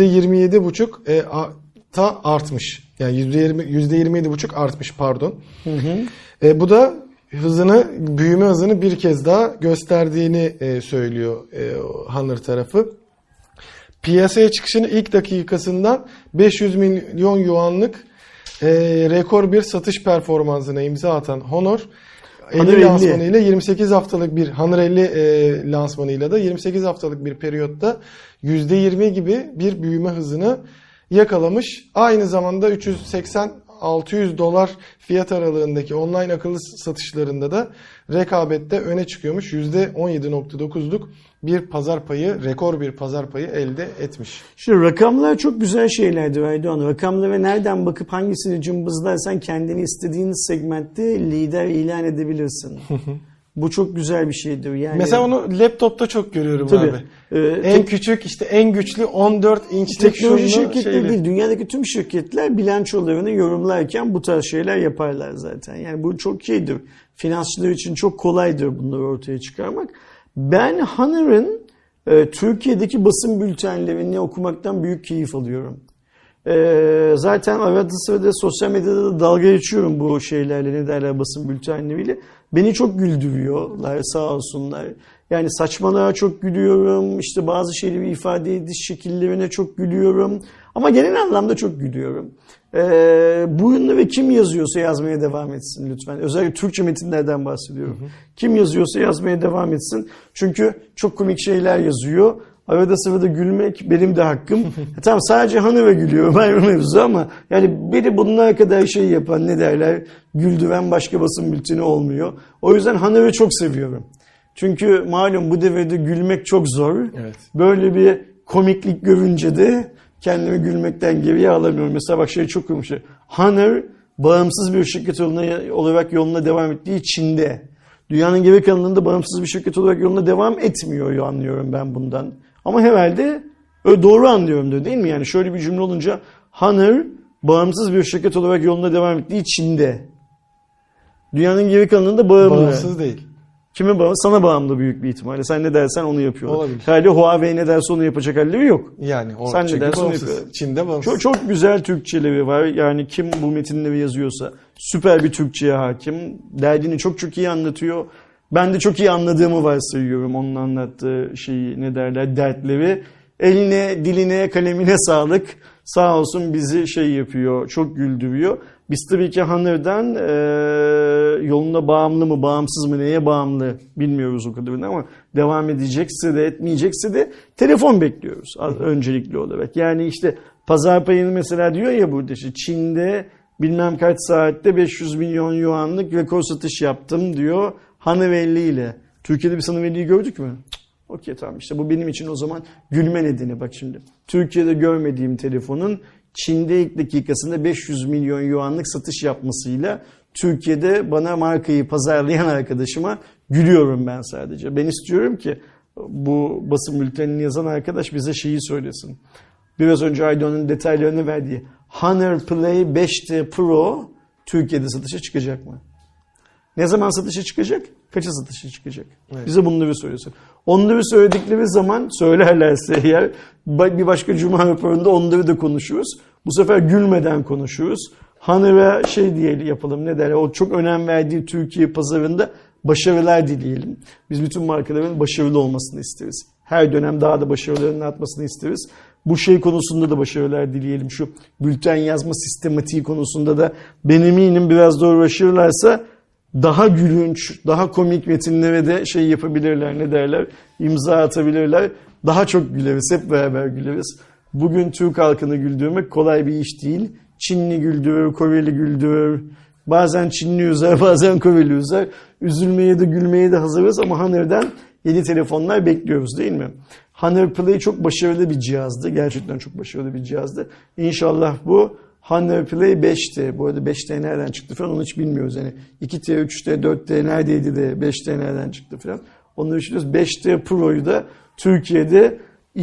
%27.5 artmış. Yani %27.5 artmış pardon. Bu da büyüme hızını bir kez daha gösterdiğini söylüyor Honor tarafı. Piyasaya çıkışının ilk dakikasından 500 milyon yuanlık rekor bir satış performansına imza atan Honor Honor 50 50. lansmanıyla 28 haftalık bir Honor 50 lansmanıyla da 28 haftalık bir periyotta %20 gibi bir büyüme hızını yakalamış. Aynı zamanda 380-600 dolar fiyat aralığındaki online akıllı satışlarında da rekabette öne çıkıyormuş. %17.9'luk bir pazar payı, rekor bir pazar payı elde etmiş. Şu rakamlar çok güzel şeylerdir Aydoğan. Rakamlara nereden bakıp hangisini cımbızlarsan kendini istediğiniz segmentte lider ilan edebilirsin. Bu çok güzel bir şeydir. Yani Mesela onu laptopta çok görüyorum tabii, abi. En küçük işte en güçlü 14 inçlik teknoloji şunlu şirketleri şeyle. değil, dünyadaki tüm şirketler bilançolarını yorumlarken bu tarz şeyler yaparlar zaten. Yani bu çok şeydir. Finansçılar için çok kolaydır bunları ortaya çıkarmak. Ben Honor'ın Türkiye'deki basın bültenlerini okumaktan büyük keyif alıyorum. Zaten arada sırada sosyal medyada da dalga geçiyorum bu şeylerle, ne derler, basın bültenleriyle. Beni çok güldürüyorlar sağ olsunlar. Yani saçmalığa çok gülüyorum. İşte bazı şeyleri ifade ediş şekillerine çok gülüyorum. Ama genel anlamda çok gülüyorum. Bunları kim yazıyorsa yazmaya devam etsin lütfen. Özellikle Türkçe metinlerden bahsediyorum. Kim yazıyorsa yazmaya devam etsin. Çünkü çok komik şeyler yazıyor. Arada sırada gülmek benim de hakkım. Tamam, sadece Honor'a gülüyorum ayrı mevzu ama yani beni bunlar kadar şey yapan, ne derler, güldüren başka basın bülteni olmuyor. O yüzden Honor'ı çok seviyorum. Çünkü malum bu devirde gülmek çok zor. Evet. Böyle bir komiklik görünce de kendimi gülmekten geriye alamıyorum. Mesela bak şey çok komik. Honor bağımsız bir şirket olarak yoluna devam ettiği Çin'de. Dünyanın geri kalanında bağımsız bir şirket olarak yoluna devam etmiyor, anlıyorum ben bundan. Ama herhalde doğru anlıyorum değil mi? Yani şöyle bir cümle olunca Honor bağımsız bir şirket olarak yoluna devam ettiği Çin'de. Dünyanın geri kalanında bağımlı. Bağımsız değil. Kime bağımlı? Sana bağımlı büyük bir ihtimalle. Sen ne dersen onu yapıyorlar. Olabilir. Herhalde Huawei ne derse onu yapacak halleri yok. Yani o Sen ne dersen onu bağımsız. yapıyor. Çin'de bağımsız. Çok, çok güzel Türkçeleri var. Yani kim bu metinleri yazıyorsa süper bir Türkçe'ye hakim. Derdini çok çok iyi anlatıyor. Ben de çok iyi anladığımı varsayıyorum onun anlattığı şeyi, ne derler, dertleri. Eline, diline, kalemine sağlık. Sağ olsun bizi şey yapıyor, çok güldürüyor. Biz tabii ki Honor'dan yoluna bağımlı mı, bağımsız mı, neye bağımlı bilmiyoruz o kadarını ama devam edecekse de etmeyecekse de telefon bekliyoruz öncelikli olarak. Yani işte pazar payını mesela diyor ya burada, işte Çin'de bilmem kaç saatte 500 milyon yuanlık rekor satış yaptım diyor Honor 50 ile. Türkiye'de biz Honor 50'yi gördük mü? Okey, tamam, işte bu benim için o zaman gülme nedeni. Bak şimdi Türkiye'de görmediğim telefonun Çin'de ilk dakikasında 500 milyon yuanlık satış yapmasıyla Türkiye'de bana markayı pazarlayan arkadaşıma gülüyorum ben sadece. Ben istiyorum ki bu basın bültenini yazan arkadaş bize şeyi söylesin. Biraz önce Aydoğan'ın detaylarını verdiği Honor Play 5T Pro Türkiye'de satışa çıkacak mı? Ne zaman satışa çıkacak? Kaça satışa çıkacak? Evet. Bize bunları söylesin. Onları söyledikleri zaman, söylerlerse eğer, bir başka Cuma raporunda onları da konuşuruz. Bu sefer gülmeden konuşuruz. Honor'a şey diyelim, yapalım, ne derler, o çok önem verdiği Türkiye pazarında başarılar dileyelim. Biz bütün markaların başarılı olmasını isteriz. Her dönem daha da başarılarının artmasını isteriz. Bu şey konusunda da başarılar dileyelim. Şu bülten yazma sistematiği konusunda da ben eminim biraz da uğraşırlarsa daha gülünç, daha komik metinlere de şey yapabilirler, ne derler, imza atabilirler. Daha çok güleriz, hep beraber güleriz. Bugün Türk halkını güldürmek kolay bir iş değil. Çinli güldürür, Koreli güldürür. Bazen Çinli üzer, bazen Koreli üzer. Üzülmeye de gülmeye de hazırız ama Honor'dan yeni telefonlar bekliyoruz değil mi? Honor Play çok başarılı bir cihazdı. Gerçekten çok başarılı bir cihazdı. İnşallah bu Honor Play 5T. Bu arada 5T nereden çıktı falan onu hiç bilmiyoruz. Yani 2T, 3T, 4T neredeydi de 5T nereden çıktı falan. Onları düşünüyoruz. 5T Pro'yu da Türkiye'de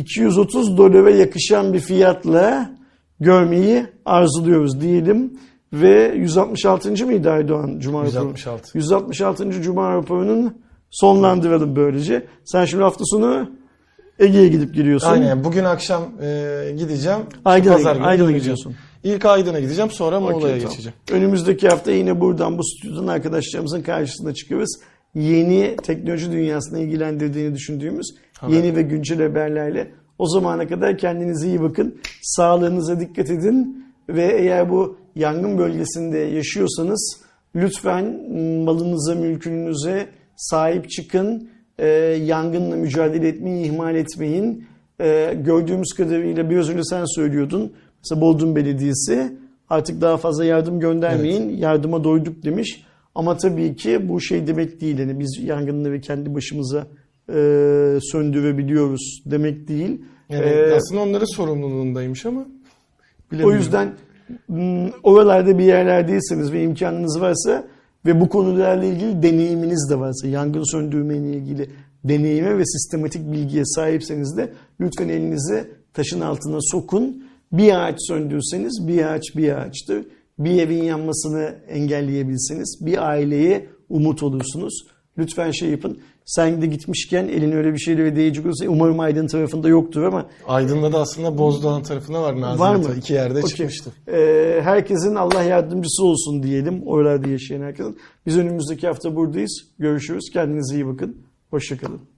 230 dolara yakışan bir fiyatla görmeyi arzuluyoruz diyelim. Ve 166. mıydı Aydoğan Cuma 166. 166. Cuma raporunun sonlandıralım böylece. Sen şimdi hafta sonu Ege'ye gidip geliyorsun. Aynen. Bugün akşam gideceğim. Aydın'a gidiyorsun. İlk Aydın'a gideceğim, sonra Muğla'ya geçeceğim. Önümüzdeki hafta yine buradan bu stüdyodan arkadaşlarımızın karşısına çıkıyoruz. Yeni teknoloji dünyasına ilgilendirdiğini düşündüğümüz yeni ve güncel haberlerle. O zamana kadar kendinize iyi bakın. Sağlığınıza dikkat edin. Ve eğer bu yangın bölgesinde yaşıyorsanız Lütfen malınıza, mülkünüze sahip çıkın. Yangınla mücadele etmeyi ihmal etmeyin. Gördüğümüz kadarıyla biraz önce sen söylüyordun. Mesela Bodrum Belediyesi artık daha fazla yardım göndermeyin. Evet. Yardıma doyduk demiş. Ama tabii ki bu şey demek değil. Yani biz yangınları kendi başımıza söndürebiliyoruz demek değil. Yani aslında onların sorumluluğundaymış ama o yüzden oralarda bir yerlerdeyseniz ve imkanınız varsa ve bu konularla ilgili deneyiminiz de varsa, yangın söndürmeyle ilgili deneyime ve sistematik bilgiye sahipseniz de lütfen elinizi taşın altına sokun. Bir ağaç söndürseniz bir ağaç bir ağaçtır. Bir evin yanmasını engelleyebilseniz bir aileye umut olursunuz. Lütfen şey yapın. Sen de gitmişken elin öyle bir şeylere değecek olursa umarım Aydın tarafında yoktur ama. Aydın'da da aslında Bozdoğan tarafında var Nazilli. Var mı? 2 yerde çıkmıştı. Herkesin Allah yardımcısı olsun diyelim. Oralarda yaşayan herkesin. Biz önümüzdeki hafta buradayız. Görüşürüz. Kendinize iyi bakın. Hoşça kalın.